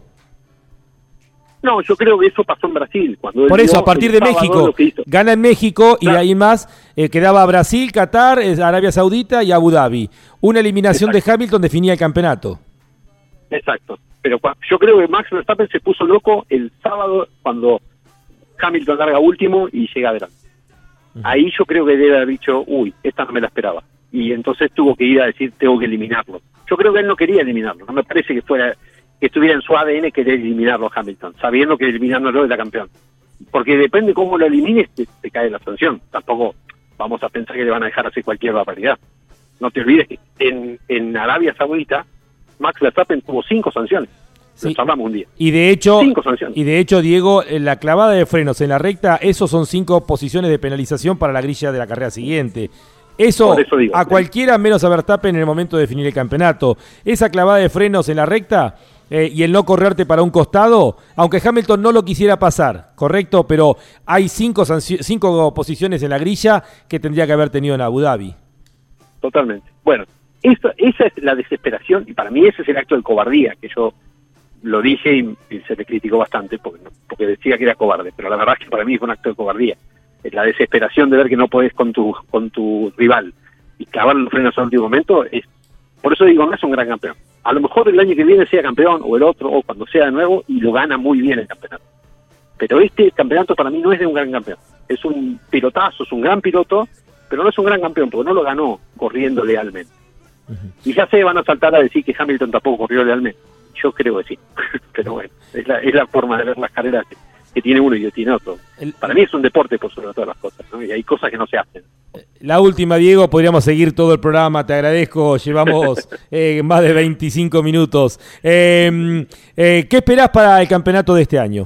D: No, yo creo que eso pasó en Brasil. Cuando
E: por eso, a partir de México, gana en México y de ahí en más quedaba Brasil, Qatar, Arabia Saudita y Abu Dhabi. Una eliminación de Hamilton definía el campeonato.
D: Exacto. Pero yo creo que Max Verstappen se puso loco el sábado cuando Hamilton larga último y llega adelante. Ahí yo creo que debe haber dicho, esta no me la esperaba. Y entonces tuvo que ir a decir, tengo que eliminarlo. Yo creo que él no quería eliminarlo. No me parece que estuviera en su ADN querer eliminarlo a Hamilton, sabiendo que eliminándolo era campeón. Porque depende cómo lo elimines, te cae la sanción. Tampoco vamos a pensar que le van a dejar hacer cualquier barbaridad. No te olvides que en Arabia Saudita Max Verstappen tuvo 5 sanciones. Nos hablamos un día.
E: Y de hecho,
D: 5 sanciones.
E: Y de hecho, Diego, la clavada de frenos en la recta, esos son 5 posiciones de penalización para la grilla de la carrera siguiente. Eso digo, a cualquiera menos a Verstappen en el momento de definir el campeonato. Esa clavada de frenos en la recta y el no correrte para un costado, aunque Hamilton no lo quisiera pasar, correcto, pero hay 5 posiciones en la grilla que tendría que haber tenido en Abu Dhabi.
D: Totalmente. Bueno, esa es la desesperación, y para mí ese es el acto de cobardía, que yo lo dije y se le criticó bastante porque decía que era cobarde, pero la verdad es que para mí fue un acto de cobardía. Es la desesperación de ver que no podés con tu rival y clavar los frenos al último momento. Por eso digo, no es un gran campeón. A lo mejor el año que viene sea campeón, o el otro, o cuando sea de nuevo, y lo gana muy bien el campeonato. Pero este campeonato para mí no es de un gran campeón. Es un pilotazo, es un gran piloto, pero no es un gran campeón, porque no lo ganó corriendo lealmente. Y ya se van a saltar a decir que Hamilton tampoco corrió lealmente. Yo creo que sí, pero bueno, es la forma de ver las carreras que tiene uno y que tiene otro. Para mí es un deporte por sobre todas las cosas, ¿no? Y hay cosas que no se hacen.
E: La última, Diego, podríamos seguir todo el programa, te agradezco, llevamos más de 25 minutos. ¿Qué esperás para el campeonato de este año?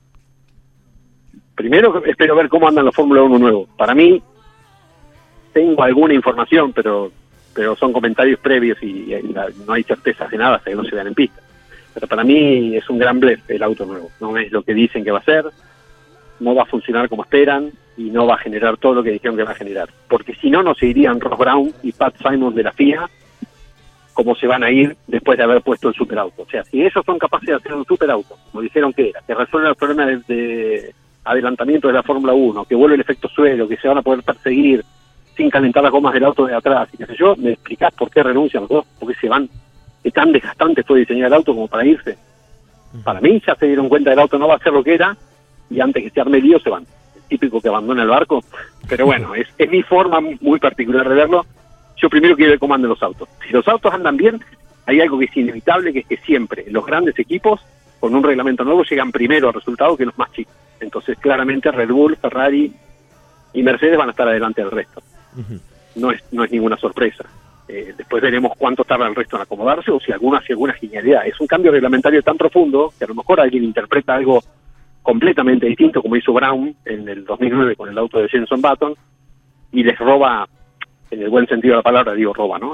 D: Primero espero ver cómo andan los Fórmula 1 nuevos. Para mí, tengo alguna información, pero son comentarios previos y no hay certezas de nada hasta que no se vean en pista. Pero para mí es un gran blef el auto nuevo. No es lo que dicen que va a ser, no va a funcionar como esperan y no va a generar todo lo que dijeron que va a generar. Porque si no, no se irían Ross Brown y Pat Simon de la FIA como se van a ir después de haber puesto el superauto. O sea, si ellos son capaces de hacer un superauto, como dijeron que era, que resuelven el problema de adelantamiento de la Fórmula 1, que vuelve el efecto suelo, que se van a poder perseguir sin calentar las gomas del auto de atrás, y qué sé yo, ¿me explicás por qué renuncian los dos? ¿Por qué se van? ¿Qué tan desgastante fue diseñar el auto como para irse? Para mí ya se dieron cuenta del auto no va a ser lo que era, y antes que se arme el lío se van. El típico que abandona el barco, pero bueno, es mi forma muy particular de verlo. Yo primero quiero ver cómo andan los autos. Si los autos andan bien, hay algo que es inevitable, que es que siempre los grandes equipos, con un reglamento nuevo, llegan primero al resultado que los más chicos. Entonces, claramente, Red Bull, Ferrari y Mercedes van a estar adelante del resto. No es ninguna sorpresa. Después veremos cuánto tarda el resto en acomodarse o si alguna hace alguna genialidad. Es un cambio reglamentario tan profundo que a lo mejor alguien interpreta algo completamente distinto, como hizo Brown en el 2009 con el auto de Jenson Button, y les roba, en el buen sentido de la palabra, digo roba, ¿no?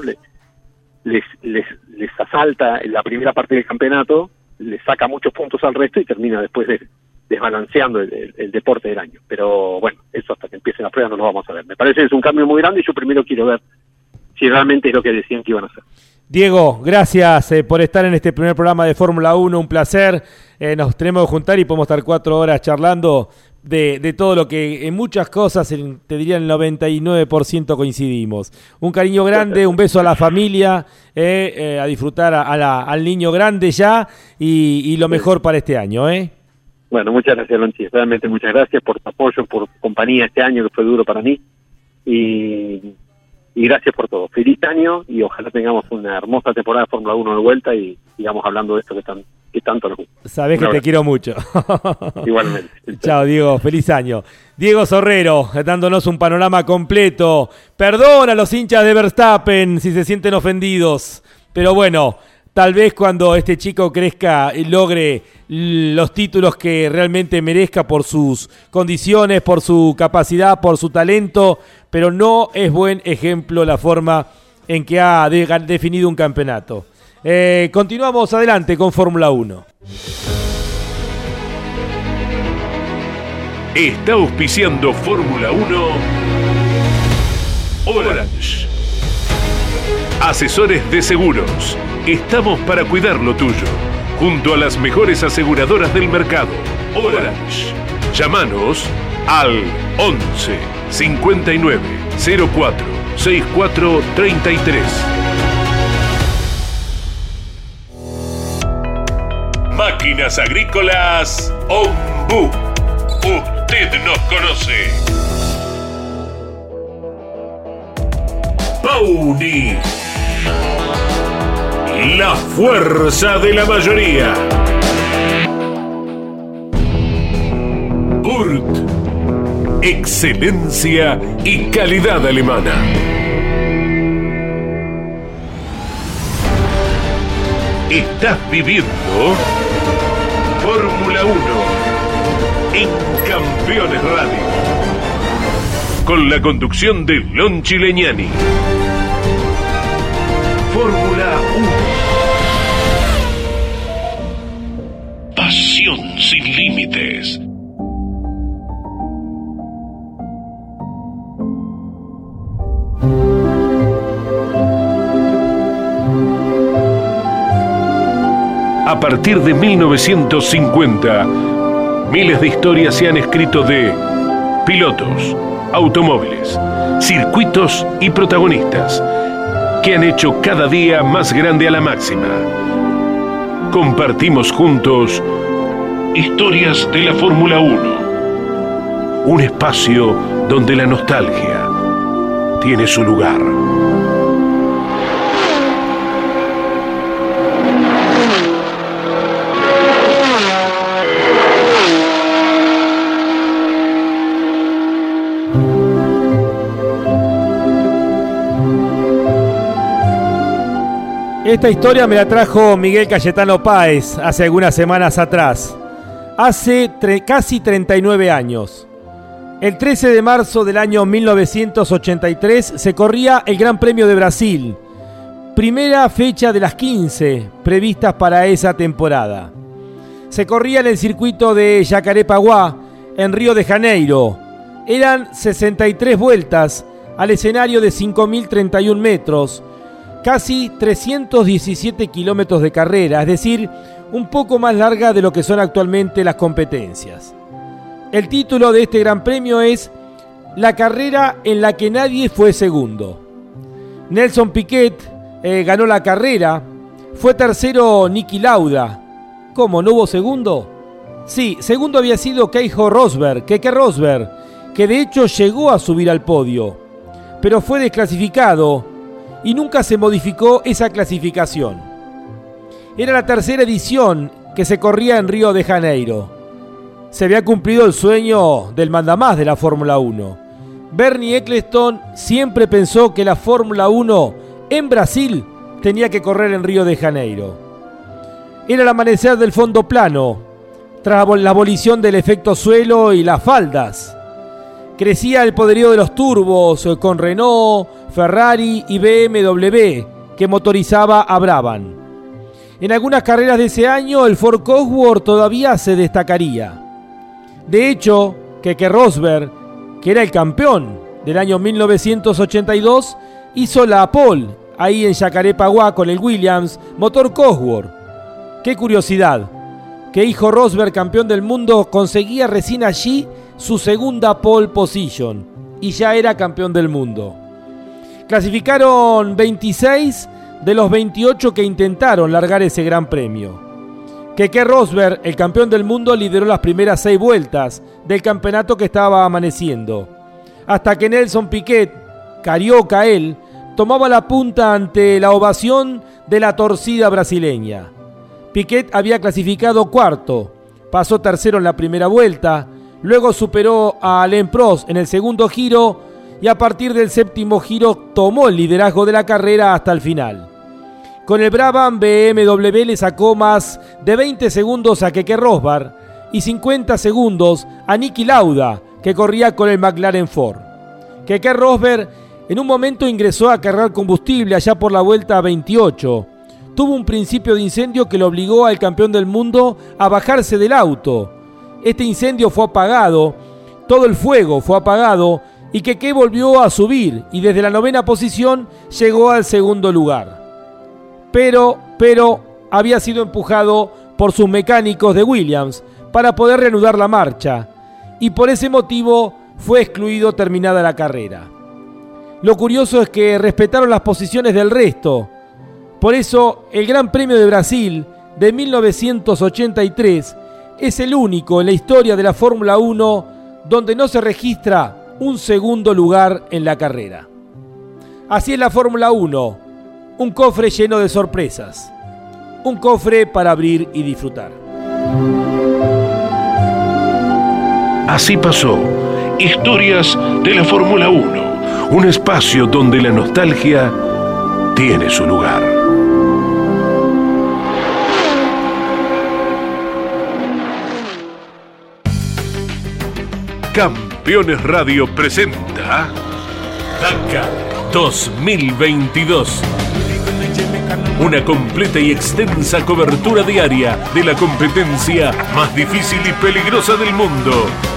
D: Les asalta en la primera parte del campeonato, les saca muchos puntos al resto y termina después desbalanceando el deporte del año. Pero bueno, eso hasta que empiecen las pruebas no lo vamos a ver. Me parece que es un cambio muy grande y yo primero quiero ver si realmente es lo que decían que iban a hacer.
E: Diego, gracias por estar en este primer programa de Fórmula 1, un placer. Nos tenemos que juntar y podemos estar 4 horas charlando de todo lo que en muchas cosas, te diría el 99% coincidimos. Un cariño grande, un beso a la familia, a disfrutar al niño grande ya y lo mejor para este año.
D: Bueno, muchas gracias, Lonchi. Realmente muchas gracias por tu apoyo, por tu compañía este año que fue duro para mí. Y gracias por todo. Feliz año y ojalá tengamos una hermosa temporada de Fórmula 1 de vuelta y sigamos hablando de esto que tanto nos gusta.
E: Sabés que te quiero mucho.
D: Igualmente.
E: Chao, Diego, feliz año. Diego Sorrero, dándonos un panorama completo. Perdón a los hinchas de Verstappen si se sienten ofendidos, pero bueno, tal vez cuando este chico crezca y logre los títulos que realmente merezca por sus condiciones, por su capacidad, por su talento, pero no es buen ejemplo la forma en que ha definido un campeonato. Continuamos adelante con Fórmula 1.
A: Está auspiciando Fórmula 1 Orange. Asesores de seguros. Estamos para cuidar lo tuyo. Junto a las mejores aseguradoras del mercado. Orange. Llámanos al 11 59 04 64 33. Máquinas Agrícolas Ombú. Usted nos conoce. Pauni. La fuerza de la mayoría. Urt. Excelencia y calidad alemana. Estás viviendo Fórmula 1 en Campeones Radio, con la conducción de Lonchi Legnani. Fórmula 1. Pasión sin límites. A partir de 1950, miles de historias se han escrito de pilotos, automóviles, circuitos y protagonistas que han hecho cada día más grande a la máxima. Compartimos juntos historias de la Fórmula 1. Un espacio donde la nostalgia tiene su lugar.
E: Esta historia me la trajo Miguel Cayetano Páez hace algunas semanas atrás. Hace casi 39 años. El 13 de marzo del año 1983 se corría el Gran Premio de Brasil. Primera fecha de las 15 previstas para esa temporada. Se corría en el circuito de Jacarepaguá, en Río de Janeiro. Eran 63 vueltas al escenario de 5.031 metros. Casi 317 kilómetros de carrera, es decir, un poco más larga de lo que son actualmente las competencias. El título de este gran premio es La carrera en la que nadie fue segundo. Nelson Piquet ganó la carrera, fue tercero Niki Lauda. ¿Cómo, no hubo segundo? Sí, segundo había sido Keke Rosberg, que de hecho llegó a subir al podio, pero fue desclasificado y nunca se modificó esa clasificación. Era la tercera edición que se corría en Río de Janeiro. Se había cumplido el sueño del mandamás de la Fórmula 1. Bernie Ecclestone siempre pensó que la Fórmula 1 en Brasil tenía que correr en Río de Janeiro. Era el amanecer del fondo plano, tras la abolición del efecto suelo y las faldas. Crecía el poderío de los turbos con Renault, Ferrari y BMW, que motorizaba a Brabham. En algunas carreras de ese año, el Ford Cosworth todavía se destacaría. De hecho, Keke Rosberg, que era el campeón del año 1982, hizo la pole ahí en Jacarepaguá con el Williams motor Cosworth. ¡Qué curiosidad! Que hijo Rosberg, campeón del mundo, conseguía recién allí su segunda pole position y ya era campeón del mundo. Clasificaron 26 de los 28 que intentaron largar ese gran premio. Keke Rosberg, el campeón del mundo, lideró las primeras 6 vueltas del campeonato que estaba amaneciendo, hasta que Nelson Piquet, carioca él, tomaba la punta ante la ovación de la torcida brasileña. Piquet había clasificado cuarto, pasó tercero en la primera vuelta, luego superó a Alain Prost en el segundo giro y a partir del séptimo giro tomó el liderazgo de la carrera hasta el final. Con el Brabham, BMW le sacó más de 20 segundos a Keke Rosberg y 50 segundos a Niki Lauda, que corría con el McLaren Ford. Keke Rosberg en un momento ingresó a cargar combustible allá por la vuelta 28. Tuvo un principio de incendio que lo obligó al campeón del mundo a bajarse del auto. Este incendio fue apagado, todo el fuego fue apagado y Keke volvió a subir y desde la 9ª posición llegó al segundo lugar. Pero había sido empujado por sus mecánicos de Williams para poder reanudar la marcha y por ese motivo fue excluido terminada la carrera. Lo curioso es que respetaron las posiciones del resto. Por eso el Gran Premio de Brasil de 1983 es el único en la historia de la Fórmula 1 donde no se registra un segundo lugar en la carrera. Así es la Fórmula 1, un cofre lleno de sorpresas, un cofre para abrir y disfrutar.
A: Así pasó, historias de la Fórmula 1, un espacio donde la nostalgia tiene su lugar. Campeones Radio presenta Dakar 2022. Una completa y extensa cobertura diaria de la competencia más difícil y peligrosa del mundo.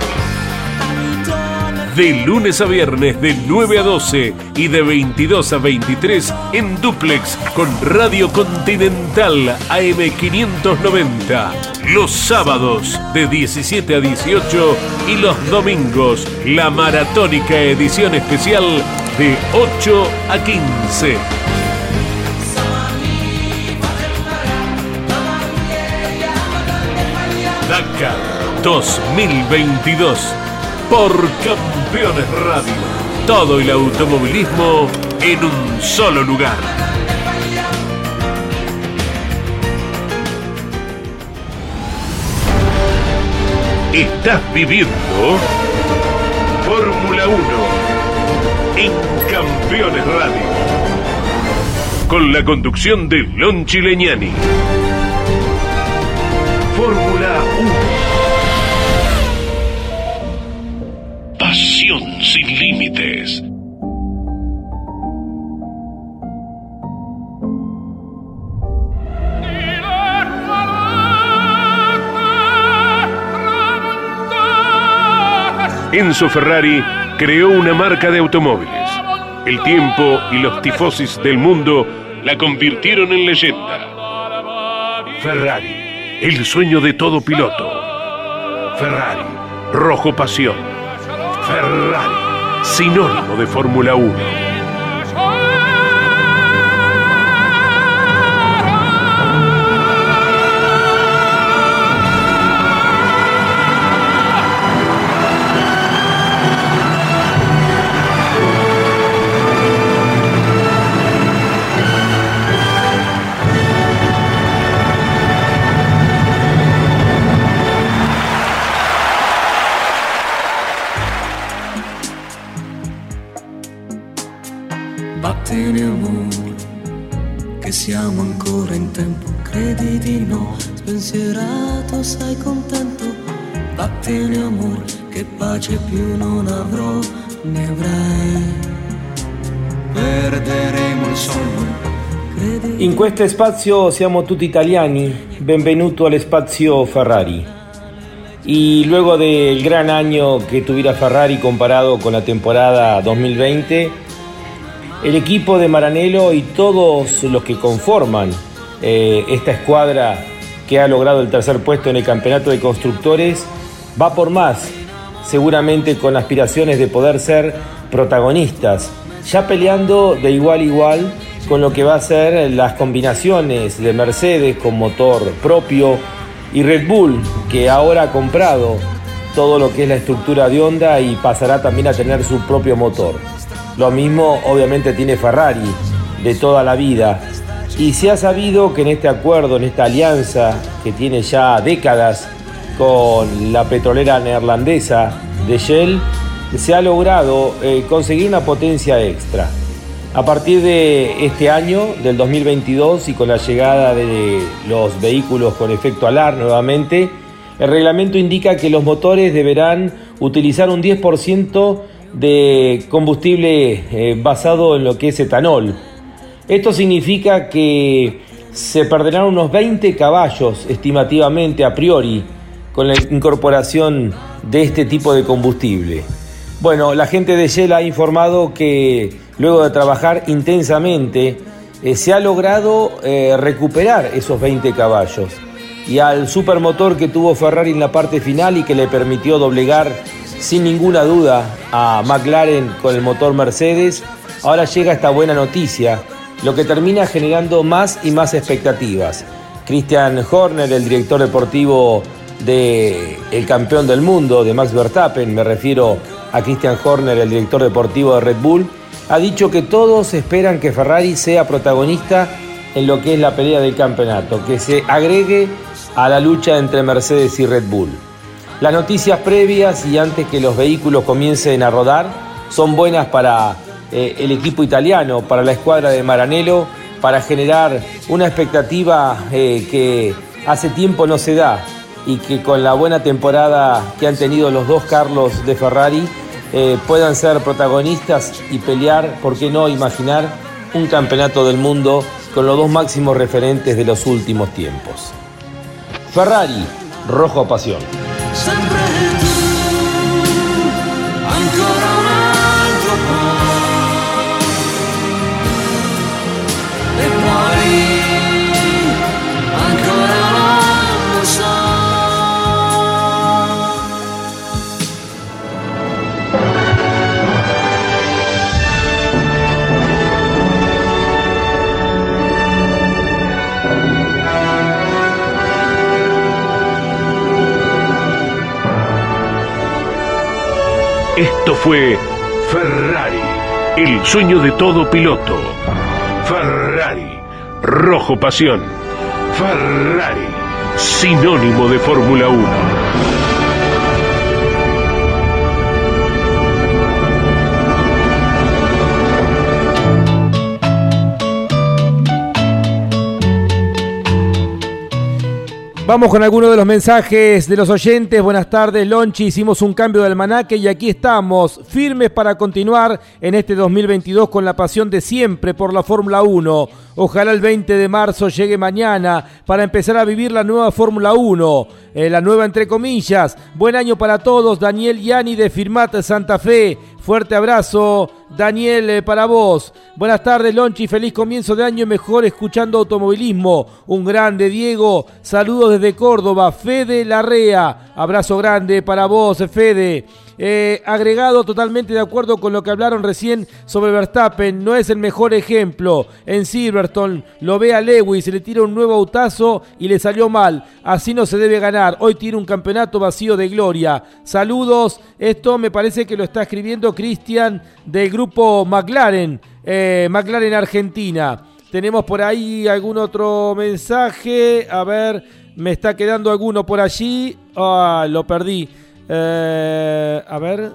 A: De lunes a viernes de 9 a 12 y de 22 a 23 en dúplex con Radio Continental AM590. Los sábados de 17 a 18 y los domingos la maratónica edición especial de 8 a 15. Dakar 2022 por Campeones Radio. Todo el automovilismo en un solo lugar. Estás viviendo Fórmula 1 en Campeones Radio. Con la conducción de Lonchi Legnani. Fórmula 1. Pasión sin límites. Enzo Ferrari creó una marca de automóviles. El tiempo y los tifosis del mundo la convirtieron en leyenda. Ferrari, el sueño de todo piloto. Ferrari, rojo pasión. Ferrari, sinónimo de Fórmula 1.
C: Battene amore, che siamo ancora in tempo, credi di no, spensierato sei contento. Battene amore, che pace più non avrò, ne avrai, perderemo il sonno.
B: In questo spazio siamo tutti italiani, benvenuto al spazio Ferrari. Y luego del gran año que tuviera Ferrari comparado con la temporada 2020, el equipo de Maranello y todos los que conforman esta escuadra que ha logrado el tercer puesto en el campeonato de constructores va por más, seguramente con aspiraciones de poder ser protagonistas, ya peleando de igual a igual con lo que va a ser las combinaciones de Mercedes con motor propio y Red Bull, que ahora ha comprado todo lo que es la estructura de Honda y pasará también a tener su propio motor. Lo mismo obviamente tiene Ferrari de toda la vida. Y se ha sabido que en este acuerdo, en esta alianza que tiene ya décadas con la petrolera neerlandesa de Shell, se ha logrado conseguir una potencia extra. A partir de este año, del 2022, y con la llegada de los vehículos con efecto Alar nuevamente, el reglamento indica que los motores deberán utilizar un 10% de combustible basado en lo que es etanol. Esto significa que se perderán unos 20 caballos estimativamente a priori con la incorporación de este tipo de combustible. Bueno, la gente de Shell ha informado que luego de trabajar intensamente se ha logrado recuperar esos 20 caballos. Y al supermotor que tuvo Ferrari en la parte final y que le permitió doblegar sin ninguna duda a McLaren con el motor Mercedes, ahora llega esta buena noticia, lo que termina generando más y más expectativas. Christian Horner, el director deportivo del campeón del mundo, de Max Verstappen, me refiero a Christian Horner, el director deportivo de Red Bull, ha dicho que todos esperan que Ferrari sea protagonista en lo que es la pelea del campeonato, que se agregue a la lucha entre Mercedes y Red Bull. Las noticias previas y antes que los vehículos comiencen a rodar son buenas para el equipo italiano, para la escuadra de Maranello, para generar una expectativa que hace tiempo no se da y que con la buena temporada que han tenido los dos Carlos de Ferrari puedan ser protagonistas y pelear, por qué no imaginar, un campeonato del mundo con los dos máximos referentes de los últimos tiempos. Ferrari, rojo pasión.
A: Esto fue Ferrari, el sueño de todo piloto. Ferrari, rojo pasión. Ferrari, sinónimo de Fórmula 1.
E: Vamos con algunos de los mensajes de los oyentes. Buenas tardes, Lonchi. Hicimos un cambio de almanaque y aquí estamos, firmes para continuar en este 2022 con la pasión de siempre por la Fórmula 1. Ojalá el 20 de marzo llegue mañana para empezar a vivir la nueva Fórmula 1. La nueva entre comillas. Buen año para todos. Daniel Yani de Firmat Santa Fe. Fuerte abrazo, Daniel, para vos. Buenas tardes, Lonchi. Feliz comienzo de año y mejor escuchando automovilismo. Un grande, Diego. Saludos desde Córdoba. Fede Larrea. Abrazo grande para vos, Fede. Agregado, totalmente de acuerdo con lo que hablaron recién sobre Verstappen. No es el mejor ejemplo. En Silverstone lo ve a Lewis, le tira un nuevo autazo y le salió mal. Así no se debe ganar. Hoy tiene un campeonato vacío de gloria. Saludos. Esto me parece que lo está escribiendo Cristian del grupo McLaren. McLaren Argentina. Tenemos por ahí algún otro mensaje. A ver, me está quedando alguno por allí. Lo perdí. A ver,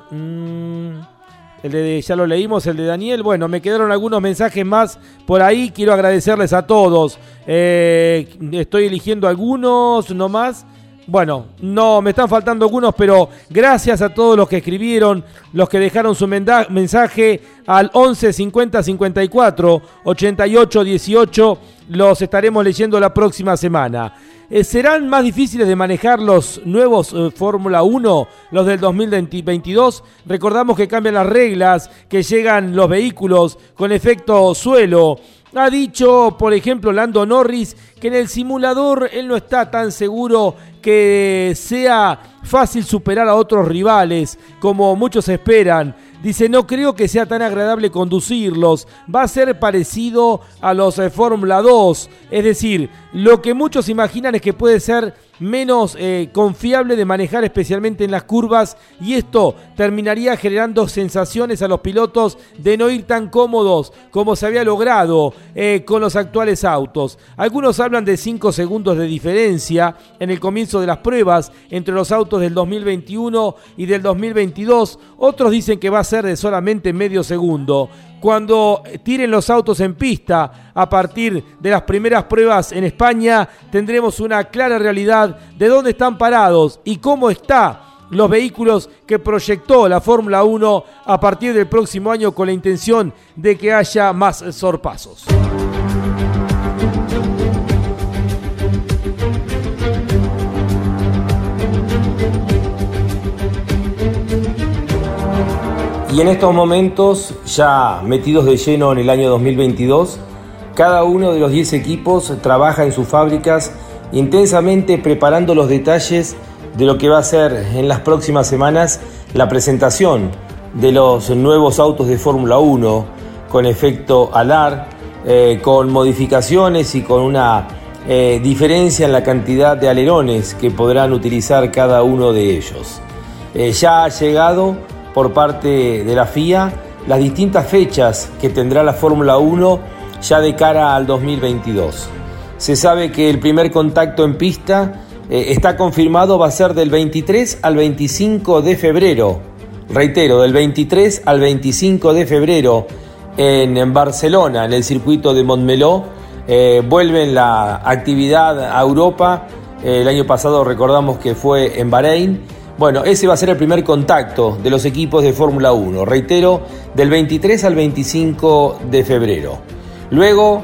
E: ya lo leímos, el de Daniel. Bueno, me quedaron algunos mensajes más por ahí. Quiero agradecerles a todos. Estoy eligiendo algunos nomás. Bueno, no, me están faltando algunos, pero gracias a todos los que escribieron, los que dejaron su mensaje al 11 50 54 88 18. Los estaremos leyendo la próxima semana. ¿Serán más difíciles de manejar los nuevos Fórmula 1, los del 2022? Recordamos que cambian las reglas, que llegan los vehículos con efecto suelo. Ha dicho, por ejemplo, Lando Norris, que en el simulador él no está tan seguro que sea fácil superar a otros rivales, como muchos esperan. Dice, no creo que sea tan agradable conducirlos. Va a ser parecido a los Fórmula 2. Es decir, Lo que muchos imaginan es que puede ser menos confiable de manejar, especialmente en las curvas, y esto terminaría generando sensaciones a los pilotos de no ir tan cómodos como se había logrado con los actuales autos. Algunos hablan de 5 segundos de diferencia en el comienzo de las pruebas entre los autos del 2021 y del 2022. Otros dicen que va a ser de solamente medio segundo. Cuando tiren los autos en pista a partir de las primeras pruebas en España, tendremos una clara realidad de dónde están parados y cómo están los vehículos que proyectó la Fórmula 1 a partir del próximo año, con la intención de que haya más sorpasos.
B: Y en estos momentos, ya metidos de lleno en el año 2022, cada uno de los 10 equipos trabaja en sus fábricas intensamente preparando los detalles de lo que va a ser en las próximas semanas la presentación de los nuevos autos de Fórmula 1 con efecto alar, con modificaciones y con una diferencia en la cantidad de alerones que podrán utilizar cada uno de ellos. Ya ha llegado por parte de la FIA las distintas fechas que tendrá la Fórmula 1 ya de cara al 2022. Se sabe que el primer contacto en pista está confirmado, va a ser del 23 al 25 de febrero. Reitero, del 23 al 25 de febrero en Barcelona, en el circuito de Montmeló. Vuelven la actividad a Europa. El año pasado recordamos que fue en Bahrein. Bueno, ese va a ser el primer contacto de los equipos de Fórmula 1. Reitero, del 23 al 25 de febrero. Luego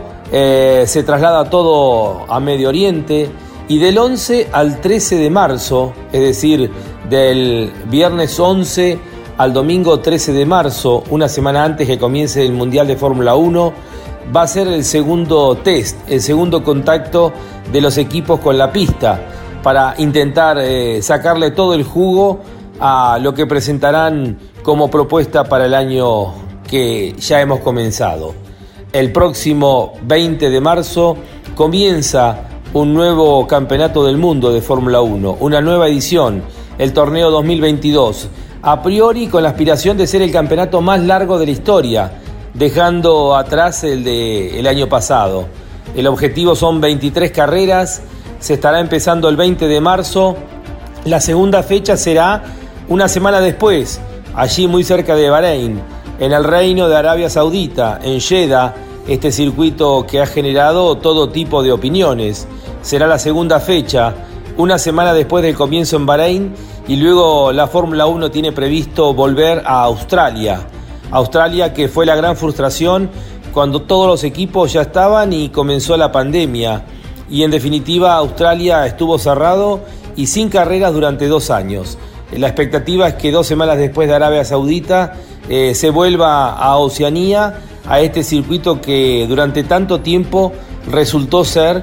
B: se traslada todo a Medio Oriente y del 11 al 13 de marzo, es decir, del viernes 11 al domingo 13 de marzo, una semana antes que comience el Mundial de Fórmula 1, va a ser el segundo test, el segundo contacto de los equipos con la pista, para intentar sacarle todo el jugo a lo que presentarán como propuesta para el año que ya hemos comenzado. El próximo 20 de marzo comienza un nuevo campeonato del mundo de Fórmula 1, una nueva edición, el torneo 2022, a priori con la aspiración de ser el campeonato más largo de la historia, dejando atrás el del año pasado. El objetivo son 23 carreras. Se estará empezando el 20 de marzo. La segunda fecha será una semana después, allí muy cerca de Bahrein, en el Reino de Arabia Saudita, en Jeddah, este circuito que ha generado todo tipo de opiniones. Será la segunda fecha, una semana después del comienzo en Bahrein, y luego la Fórmula 1 tiene previsto volver a Australia. Australia, que fue la gran frustración cuando todos los equipos ya estaban y comenzó la pandemia. Y en definitiva Australia estuvo cerrado y sin carreras durante 2 años. La expectativa es que 2 semanas después de Arabia Saudita se vuelva a Oceanía, a este circuito que durante tanto tiempo resultó ser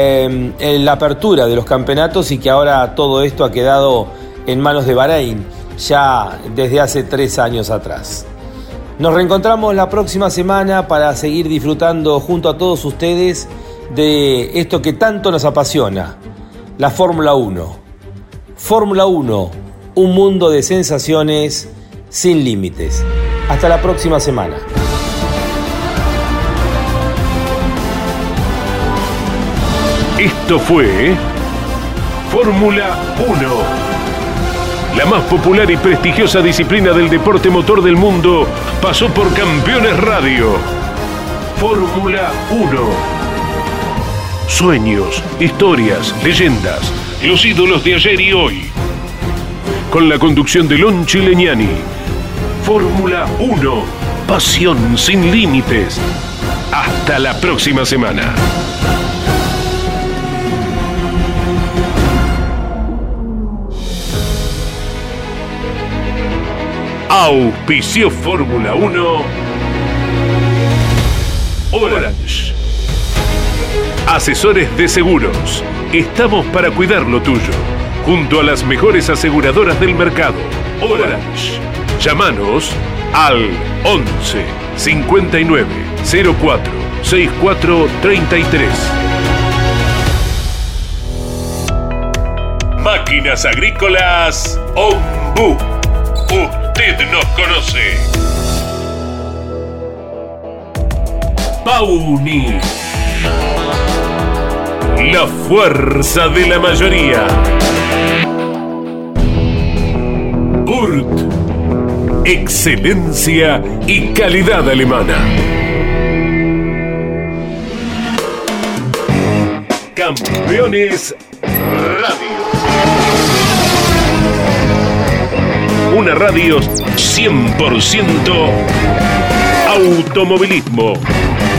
B: la apertura de los campeonatos y que ahora todo esto ha quedado en manos de Bahrein, ya desde hace 3 años atrás. Nos reencontramos la próxima semana para seguir disfrutando junto a todos ustedes de esto que tanto nos apasiona, la Fórmula 1. Fórmula 1, un mundo de sensaciones sin límites. Hasta la próxima semana.
A: Esto fue Fórmula 1, la más popular y prestigiosa disciplina del deporte motor del mundo, pasó por Campeones Radio. Fórmula 1. Sueños, historias, leyendas, los ídolos de ayer y hoy. Con la conducción de Lonchi Legnani. Fórmula 1, pasión sin límites. Hasta la próxima semana. Auspició Fórmula 1 Orange. Asesores de seguros. Estamos para cuidar lo tuyo. Junto a las mejores aseguradoras del mercado. Orange. Llámanos al 11 59 04 64 33. Máquinas Agrícolas Ombú. Usted nos conoce. Pauni. La fuerza de la mayoría. Urt. Excelencia y calidad alemana. Campeones Radio. Una radio 100% automovilismo.